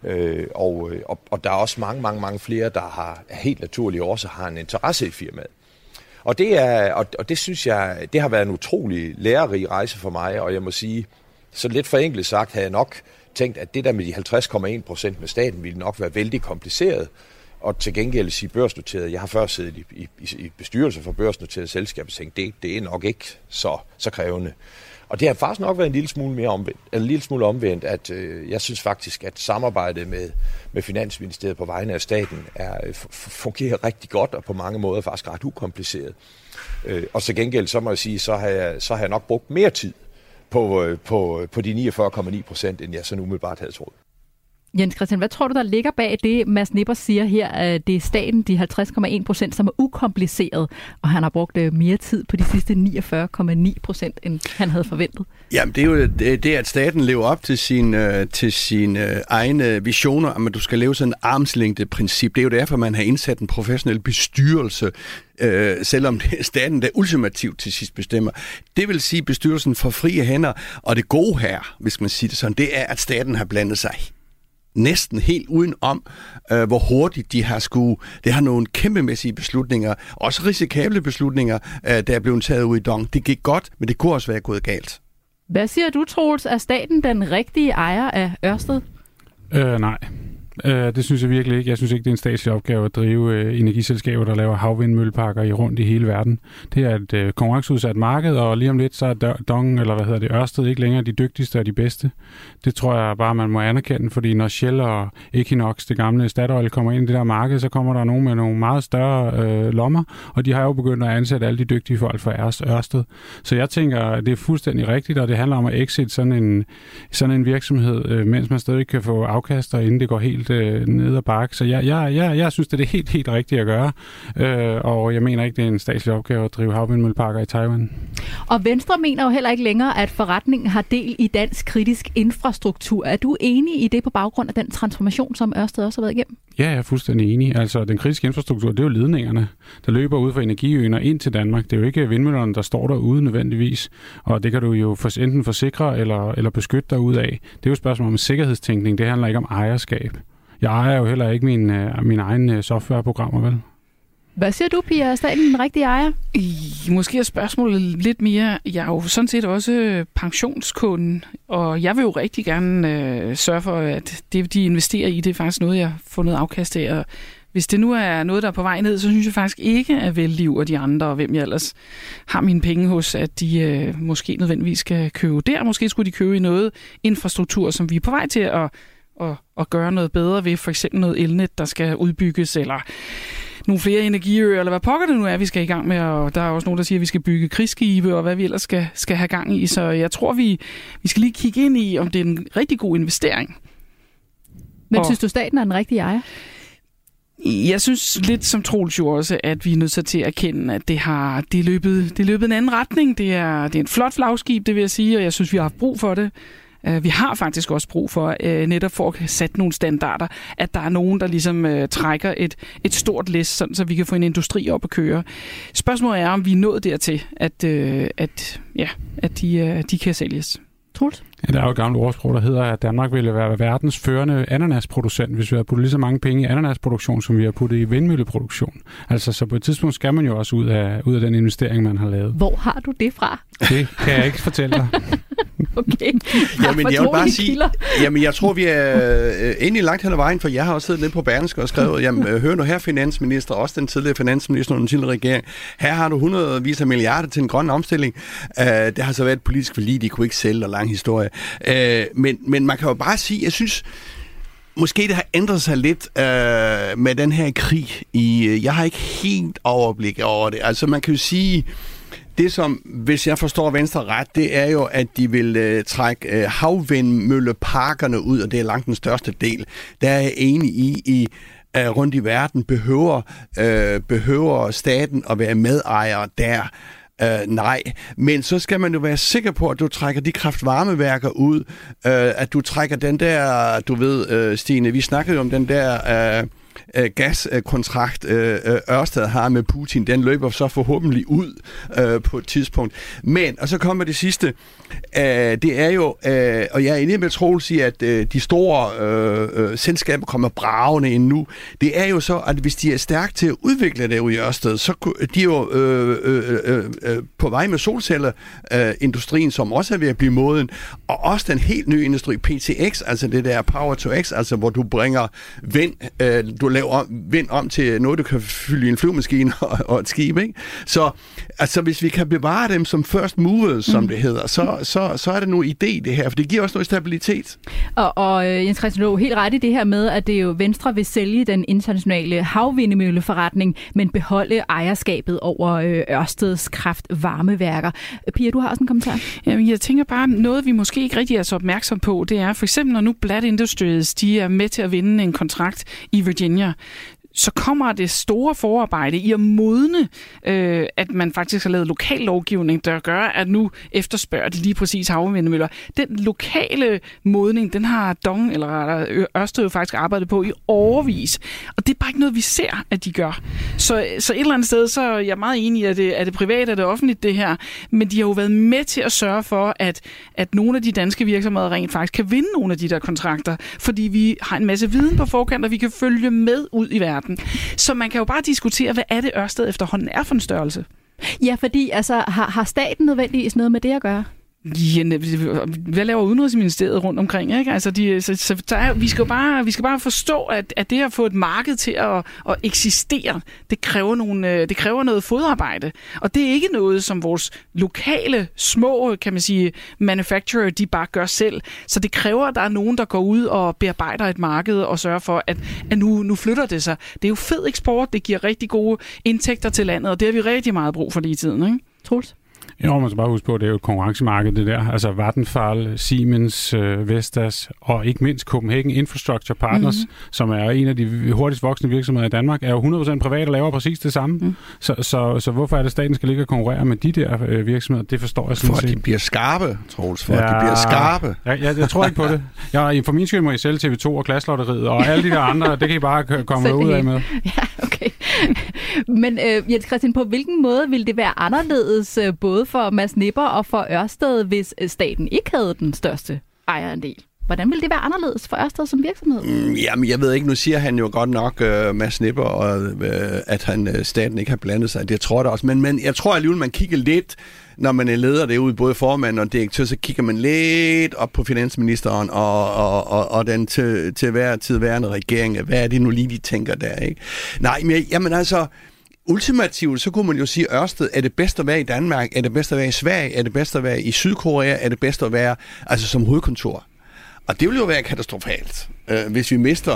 Og der er også mange flere, der har helt naturligt også har en interesse i firmaet. Og det synes jeg, det har været en utrolig lærerig rejse for mig, og jeg må sige, så lidt forenklet sagt, havde jeg nok tænkt, at det der med de 50,1% med staten ville nok være vældig kompliceret. Og til gengæld sige børsnoteret. Jeg har før siddet i bestyrelse for børsnoteret selskab og tænkt, det er nok ikke så krævende. Og det har faktisk nok været en lille smule omvendt, at jeg synes faktisk, at samarbejdet med Finansministeriet på vegne af staten fungerer rigtig godt og på mange måder faktisk ret ukompliceret. Og til gengæld, så må jeg sige, så har jeg nok brugt mere tid på de 49,9%, end jeg så umiddelbart havde troet. Jens Christian, hvad tror du, der ligger bag det, Mads Nipper siger her? Det er staten, de 50,1%, som er ukompliceret, og han har brugt mere tid på de sidste 49,9%, end han havde forventet. Jamen, det er jo det, at staten lever op til sine egne visioner, men du skal leve sådan en armslængde-princip. Det er jo derfor, man har indsat en professionel bestyrelse, selvom det er staten, der ultimativt til sidst bestemmer. Det vil sige, at bestyrelsen får frie hænder, og det gode her, hvis man siger det sådan, det er, at staten har blandet sig næsten helt udenom, hvor hurtigt de har det har nogle kæmpemæssige beslutninger, også risikable beslutninger, der er blevet taget ud i Dong. Det gik godt, men det kunne også være gået galt. Hvad siger du, Troels? Er staten den rigtige ejer af Ørsted? Nej. Det synes jeg virkelig ikke. Jeg synes ikke, det er en statslig opgave at drive energiselskaber, der laver havvindmølleparker rundt i hele verden. Det er et konkurrenceudsat marked, og lige om lidt, så er Dong, eller Ørsted ikke længere de dygtigste og de bedste. Det tror jeg bare, man må anerkende, fordi når Shell og Equinox, det gamle Statoil, kommer ind i det der marked, så kommer der nogen med nogle meget større lommer, og de har jo begyndt at ansætte alle de dygtige folk fra Ørsted. Så jeg tænker, det er fuldstændig rigtigt, og det handler om at exit sådan en virksomhed, mens man stadig kan få afkaster, inden det går helt totalt ned ad bakke. Så jeg synes, det er det helt rigtige at gøre. Og jeg mener ikke, det er en statslig opgave at drive havvindmølleparker i Taiwan. Og Venstre mener jo heller ikke længere, at forretningen har del i dansk kritisk infrastruktur. Er du enig i det på baggrund af den transformation, som Ørsted også har været igennem? Ja, jeg er fuldstændig enig. Altså, den kritiske infrastruktur, det er jo ledningerne, der løber ud fra energiøen og ind til Danmark. Det er jo ikke vindmøllerne, der står derude nødvendigvis. Og det kan du jo enten forsikre eller beskytte dig ud af. Det er jo et spørgsmål om sikkerhedstænkning. Det handler ikke om ejerskab. Jeg ejer jo heller ikke mine egne softwareprogrammer, vel? Hvad siger du, Pia? Er staten den rigtige ejer? Måske er spørgsmålet lidt mere, jeg er jo sådan set også pensionskunden, og jeg vil jo rigtig gerne sørge for, at det, de investerer i, det er faktisk noget, jeg får noget afkast af. Og hvis det nu er noget, der er på vej ned, så synes jeg faktisk ikke, at Velliv og de andre, og hvem jeg ellers har mine penge hos, at de måske nødvendigvis skal købe der. Måske skulle de købe i noget infrastruktur, som vi er på vej til at gøre noget bedre ved. For eksempel noget elnet, der skal udbygges, eller nogle flere energiøer, eller hvad pokker det nu er, vi skal i gang med. Og der er også nogen, der siger, at vi skal bygge krigsskibe, og hvad vi ellers skal have gang i. Så jeg tror, vi skal lige kigge ind i, om det er en rigtig god investering. Men synes du, staten er den rigtige ejer? Jeg synes lidt som Troels jo også, at vi er nødt til at erkende, at det er løbet en anden retning. Det er en flot flagskib, det vil jeg sige, og jeg synes, vi har haft brug for det. Vi har faktisk også brug for, netop for at sætte nogle standarder, at der er nogen, der ligesom trækker et stort læs, sådan, så vi kan få en industri op at køre. Spørgsmålet er, om vi er nået dertil, at de kan sælges. Troels? Ja, der er jo et gammelt ordsprog, der hedder, at Danmark ville være verdens førende ananasproducent, hvis vi havde puttet lige så mange penge i ananasproduktion, som vi har puttet i vindmølleproduktion. Altså, så på et tidspunkt skal man jo også ud af den investering, man har lavet. Hvor har du det fra? Det kan jeg ikke fortælle dig. Okay. Jamen, jeg vil bare sige, jeg tror, vi er egentlig langt hen ad vejen, for jeg har også siddet lidt på Berlingske og skrevet, hør nu her, finansminister, også den tidligere finansminister og den tidligere regering, her har du hundredvis af milliarder til en grøn omstilling. Det har så været et politisk forlig, de kunne ikke sælge, og lang historie. Men man kan jo bare sige, jeg synes, måske det har ændret sig lidt med den her krig. Jeg har ikke helt overblik over det. Altså man kan jo sige, det som, hvis jeg forstår Venstre ret, det er jo, at de vil trække havvindmølleparkerne ud, og det er langt den største del. Der er jeg enig i rundt i verden behøver staten at være medejer der. Nej, men så skal man jo være sikker på, at du trækker de kraftvarmeværker ud, at du trækker den der, du ved, Stine, vi snakkede jo om den der gaskontrakt Ørsted har med Putin, den løber så forhåbentlig ud på et tidspunkt. Men, og så kommer det sidste, det er jo, og jeg er enig med Troels i, at de store selskaber kommer bragende ind nu. Det er jo så, at hvis de er stærke til at udvikle det ude i Ørsted, så de er jo på vej med solcellerindustrien, som også er ved at blive moden, og også den helt nye industri, PTX, altså det der Power to X, altså hvor du bringer vind, du laver vind om til noget, du kan fylde i en flyvemaskine og et skib, ikke? Så altså, hvis vi kan bevare dem som first movers, som det hedder, så er der nu idé det her, for det giver også noget stabilitet. Og Jens Christian Aage, helt ret i det her med, at det jo Venstre vil sælge den internationale havvindmølleforretning, men beholde ejerskabet over Ørsteds kraftvarmeværker. Pia, du har også en kommentar? Jamen, jeg tænker bare, noget vi måske ikke rigtig er så opmærksom på, det er for eksempel, når nu Bladt Industries, de er med til at vinde en kontrakt i Virginia, så kommer det store forarbejde i at modne, at man faktisk har lavet lokal lovgivning, der gør, at nu efterspørger de lige præcis havvindmøller. Den lokale modning, den har Dong eller Ørsted jo faktisk arbejdet på i årevis. Og det er bare ikke noget, vi ser, at de gør. Så et eller andet sted, så er jeg meget enig i, at det er det private og det offentlige, det her. Men de har jo været med til at sørge for, at nogle af de danske virksomheder rent faktisk kan vinde nogle af de der kontrakter, fordi vi har en masse viden på forkant, og vi kan følge med ud i verden. Så man kan jo bare diskutere, hvad er det Ørsted efterhånden er for en størrelse? Ja, fordi altså, har staten nødvendigvis noget med det at gøre? Ja, hvad laver Udenrigsministeriet rundt omkring? Ikke? Altså, vi skal bare forstå, at det at få et marked til at eksistere, det kræver noget fodarbejde. Og det er ikke noget, som vores lokale, små, kan man sige, manufacturer, de bare gør selv. Så det kræver, at der er nogen, der går ud og bearbejder et marked og sørger for, at nu flytter det sig. Det er jo fed eksport, det giver rigtig gode indtægter til landet, og det har vi rigtig meget brug for lige i tiden, ikke? Troels? Jo, man skal bare huske på, at det er jo et konkurrencemarked, det der. Altså Vattenfall, Siemens, Vestas og ikke mindst Copenhagen Infrastructure Partners, som er en af de hurtigst voksende virksomheder i Danmark, er jo 100% privat og laver præcis det samme. Så hvorfor er det, staten skal ligge og konkurrere med de der virksomheder? Det forstår jeg sådan set. For at de bliver skarpe, Troels. For at de bliver skarpe. Jeg tror ikke på det. For min skyld må I sælge TV2 og Klasselotteriet, og alle de der andre, det kan I bare komme ud af med. Ja, okay. Men Jens Christian, på hvilken måde ville det være anderledes både for Mads Nipper og for Ørsted, hvis staten ikke havde den største ejerandel? Hvordan ville det være anderledes for Ørsted som virksomhed? Jamen, jeg ved ikke, nu siger han jo godt nok, Mads Nipper, at staten ikke har blandet sig. Det tror jeg da også. Men jeg tror alligevel, man kigger lidt, når man er leder derude, både formand og direktør, så kigger man lidt op på finansministeren og den til hver tid værende regering. Hvad er det nu lige, de tænker der, ikke? Nej, men jamen altså, ultimativt, så kunne man jo sige, Ørsted, er det bedst at være i Danmark? Er det bedst at være i Sverige? Er det bedst at være i Sydkorea? Er det bedst at være altså som hovedkontor? Og det vil jo være katastrofalt, hvis vi mister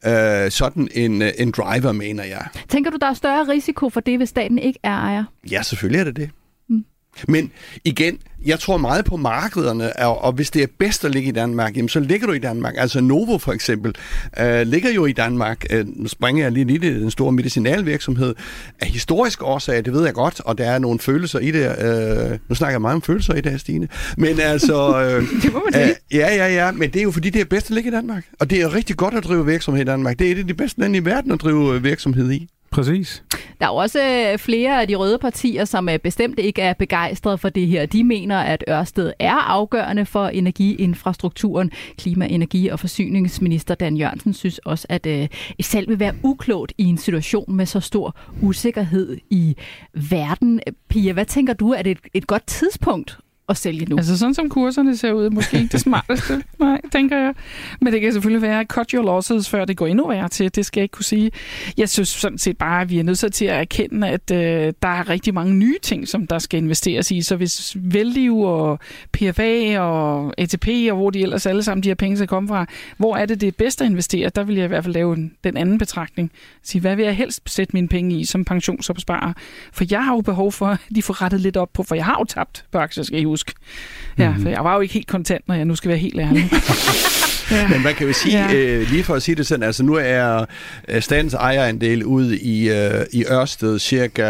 sådan en driver, mener jeg. Tænker du, der er større risiko for det, hvis staten ikke er ejer? Ja, selvfølgelig er det det. Men igen, jeg tror meget på markederne, og hvis det er bedst at ligge i Danmark, jamen, så ligger du i Danmark. Altså Novo for eksempel ligger jo i Danmark. Nu springer jeg lige i den store medicinalvirksomhed. Af historisk årsag, det ved jeg godt, og der er nogle følelser i det. Nu snakker jeg meget om følelser i det, Stine. Men altså... det må man sige. Ja, men det er jo fordi, det er bedst at ligge i Danmark. Og det er rigtig godt at drive virksomhed i Danmark. Det er et af de bedste lande i verden at drive virksomhed i. Præcis. Der er også flere af de røde partier, som bestemt ikke er begejstrede for det her. De mener, at Ørsted er afgørende for energiinfrastrukturen. Klima-, energi- og forsyningsminister Dan Jørgensen synes også, at det selv vil være uklogt i en situation med så stor usikkerhed i verden. Pia, hvad tænker du, er det et godt tidspunkt at sælge nu? Altså sådan som kurserne ser ud, måske ikke det smarteste, nej, tænker jeg. Men det kan selvfølgelig være cut your losses, før det går endnu værre til. Det skal jeg ikke kunne sige. Jeg synes sådan set bare, at vi er nødt til at erkende, at der er rigtig mange nye ting, som der skal investeres i. Så hvis Velliv og PFA og ATP og hvor de ellers alle sammen de her penge skal komme fra, hvor er det bedste at investere? Der vil jeg i hvert fald lave den anden betragtning. Sige, hvad vil jeg helst sætte mine penge i som pensionsopsparer? For jeg har jo behov for, at de får rettet lidt op på, for jeg har jo tabt på aktier, skal I huske. Ja, for jeg var jo ikke helt kontant, når jeg nu skal være helt ærlig. Ja. Men hvad kan vi sige, lige for at sige det sådan, altså nu er statens ejerandel ude i Ørsted cirka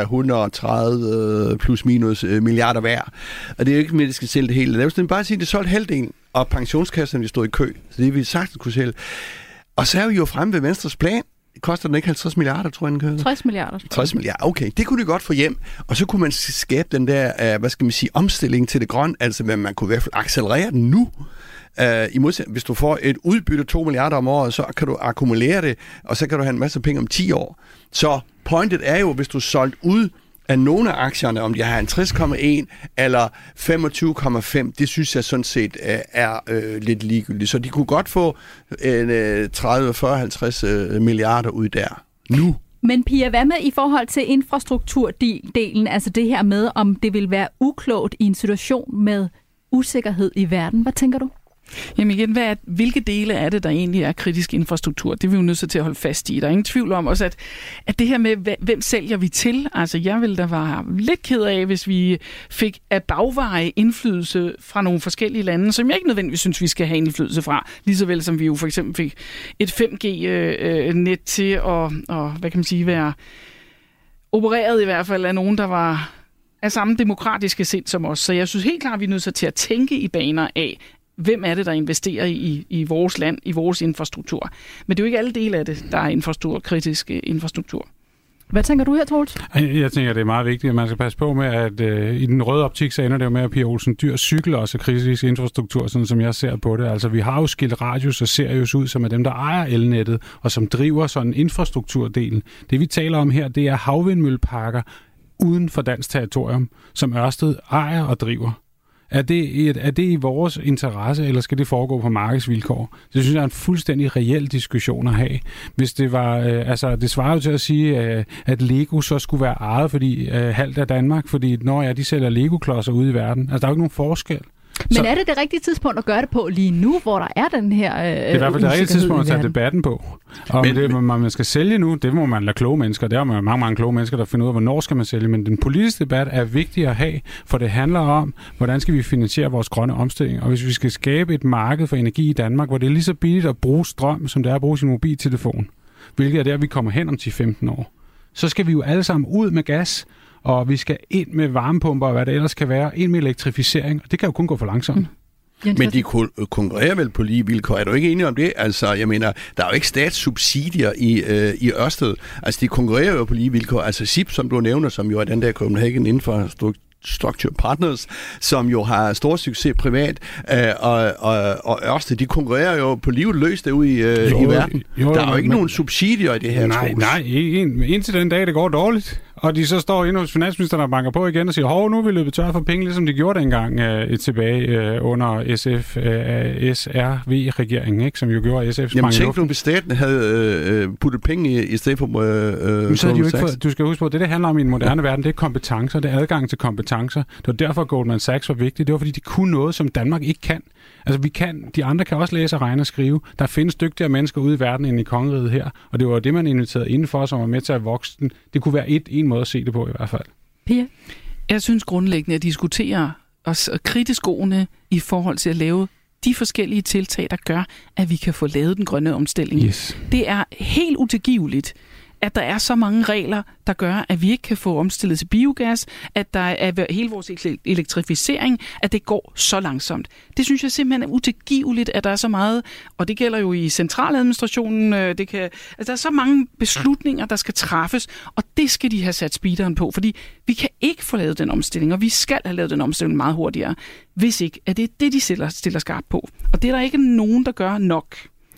130 plus minus milliarder hver. Og det er jo ikke mere, det skal sælge det hele. Lad os bare sige, det er solgt halvdelen, og pensionskasserne de stod i kø. Så det vil vi sagtens kunne sælge. Og så er vi jo fremme ved Venstres plan. Koster den ikke 50 milliarder, tror jeg, den kører? 60 milliarder. 60 milliarder, okay. Det kunne de godt få hjem. Og så kunne man skabe den der, hvad skal man sige, omstilling til det grønne. Altså, man kunne i hvert fald accelerere den nu. I modsætning, hvis du får et udbytte 2 milliarder om året, så kan du akkumulere det, og så kan du have en masse penge om 10 år. Så pointet er jo, hvis du er solgt ud af nogle af aktierne, om de har 50,1 eller 25,5, det synes jeg sådan set er lidt ligegyldigt. Så de kunne godt få 30, 40, 50 milliarder ud der nu. Men Pia, hvad med i forhold til infrastrukturdelen, altså det her med, om det vil være uklogt i en situation med usikkerhed i verden? Hvad tænker du? Jamen igen, hvilke dele er det, der egentlig er kritisk infrastruktur? Det er vi jo nødt til at holde fast i. Der er ingen tvivl om også, at det her med, hvem sælger vi til? Altså, jeg ville da være lidt ked af, hvis vi fik af bagveje indflydelse fra nogle forskellige lande, som jeg ikke nødvendigvis synes, vi skal have indflydelse fra. Ligesåvel som vi jo for eksempel fik et 5G-net til at, hvad kan man sige, være opereret i hvert fald af nogen, der var af samme demokratiske sind som os. Så jeg synes helt klart, at vi er nødt til at tænke i baner af, hvem er det, der investerer i vores land, i vores infrastruktur. Men det er jo ikke alle dele af det, der er kritisk infrastruktur. Hvad tænker du her, Troels? Jeg tænker, det er meget vigtigt, at man skal passe på med, at i den røde optik, så ender det jo med, at Pia Olsen Dyhrs cykel også er kritisk infrastruktur, sådan som jeg ser på det. Altså, vi har jo skilt Radius og Sirius ud, som er dem, der ejer elnettet, og som driver sådan infrastrukturdelen. Det, vi taler om her, det er havvindmølleparker uden for dansk territorium, som Ørsted ejer og driver. Er det i vores interesse, eller skal det foregå på markedsvilkår? Det synes jeg er en fuldstændig reel diskussion at have. Hvis det var, det svarer jo til at sige, at Lego så skulle være ejet, fordi halvt af Danmark, fordi de sælger Lego-klodser ude i verden. Altså, der er jo ikke nogen forskel. Men er det rigtige tidspunkt at gøre det på lige nu, hvor der er den her det er i hvert fald det rigtige tidspunkt at tage debatten på. Og man skal sælge nu, det må man lade kloge mennesker. Der er mange kloge mennesker, der finder ud af, hvornår skal man sælge. Men den politiske debat er vigtig at have, for det handler om, hvordan skal vi finansiere vores grønne omstilling. Og hvis vi skal skabe et marked for energi i Danmark, hvor det er lige så billigt at bruge strøm, som det er at bruge sin mobiltelefon, hvilket er der, vi kommer hen om 10-15 år, så skal vi jo alle sammen ud med gas, og vi skal ind med varmepumper og hvad det ellers kan være, ind med elektrificering, og det kan jo kun gå for langsomt. Men de konkurrerer vel på lige vilkår. Er du ikke enig om det? Altså, jeg mener, der er jo ikke statssubsidier i Ørsted. Altså, de konkurrerer jo på lige vilkår. Altså, SIP, som du nævner, som jo er den der Copenhagen Infrastructure Partners, som jo har stor succes privat, og Ørsted, de konkurrerer jo på livet løs derude i verden. Der er jo ikke nogen subsidier i det her. Nej, indtil den dag, det går dårligt. Og de så står inde hos finansministeren og banker på igen og siger, nu er vi løbet tør for penge, ligesom de gjorde dengang tilbage under SRV-regeringen, ikke? Som jo gjorde SF's mange. Jamen tænk nu, hvis staten havde puttet penge i stedet for du skal huske på, det handler om i en moderne verden, det er kompetencer, det er adgang til kompetencer. Det var derfor, Goldman Sachs var vigtigt. Det var fordi, de kunne noget, som Danmark ikke kan. Altså de andre kan også læse og regne og skrive. Der findes dygtigere mennesker ude i verden end i kongeriget her, og det var det, man inviterede indenfor, som var med til at vokse den. Det kunne være en måde at se det på i hvert fald. Pia? Jeg synes grundlæggende at diskutere os kritisk skoene i forhold til at lave de forskellige tiltag, der gør, at vi kan få lavet den grønne omstilling. Yes. Det er helt utilgiveligt, at der er så mange regler, der gør, at vi ikke kan få omstillet til biogas, at der er hele vores elektrificering, at det går så langsomt. Det synes jeg simpelthen er utilgiveligt, at der er så meget, og det gælder jo i centraladministrationen, der er så mange beslutninger, der skal træffes, og det skal de have sat speederen på, fordi vi kan ikke få lavet den omstilling, og vi skal have lavet den omstilling meget hurtigere, hvis ikke, at det er det, de stiller skarpt på. Og det er der ikke nogen, der gør nok.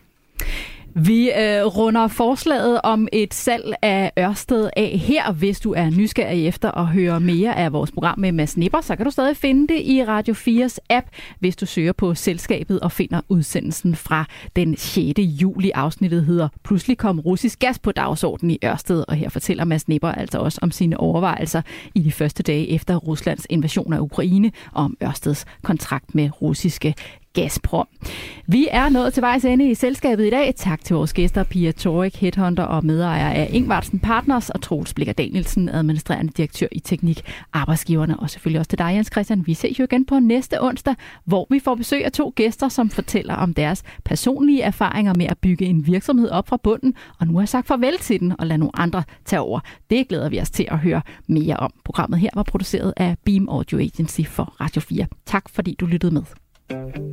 Vi runder forslaget om et salg af Ørsted af her. Hvis du er nysgerrig efter at høre mere af vores program med Mads Nipper, så kan du stadig finde det i Radio 4's app, hvis du søger på selskabet og finder udsendelsen fra den 6. juli. Afsnittet hedder Pludselig kom russisk gas på dagsordenen i Ørsted, og her fortæller Mads Nipper altså også om sine overvejelser i de første dage efter Ruslands invasion af Ukraine og om Ørsteds kontrakt med russiske Gazprom. Vi er nået til vejs ende i selskabet i dag. Tak til vores gæster, Pia Torek, headhunter og medejer af Ingvartsen Partners, og Troels Blikker Danielsen, administrerende direktør i Teknik Arbejdsgiverne, og selvfølgelig også til dig, Jens Christian. Vi ses jo igen på næste onsdag, hvor vi får besøg af 2 gæster, som fortæller om deres personlige erfaringer med at bygge en virksomhed op fra bunden, og nu har jeg sagt farvel til den og lad nogle andre tage over. Det glæder vi os til at høre mere om. Programmet her var produceret af Beam Audio Agency for Radio 4. Tak fordi du lyttede med.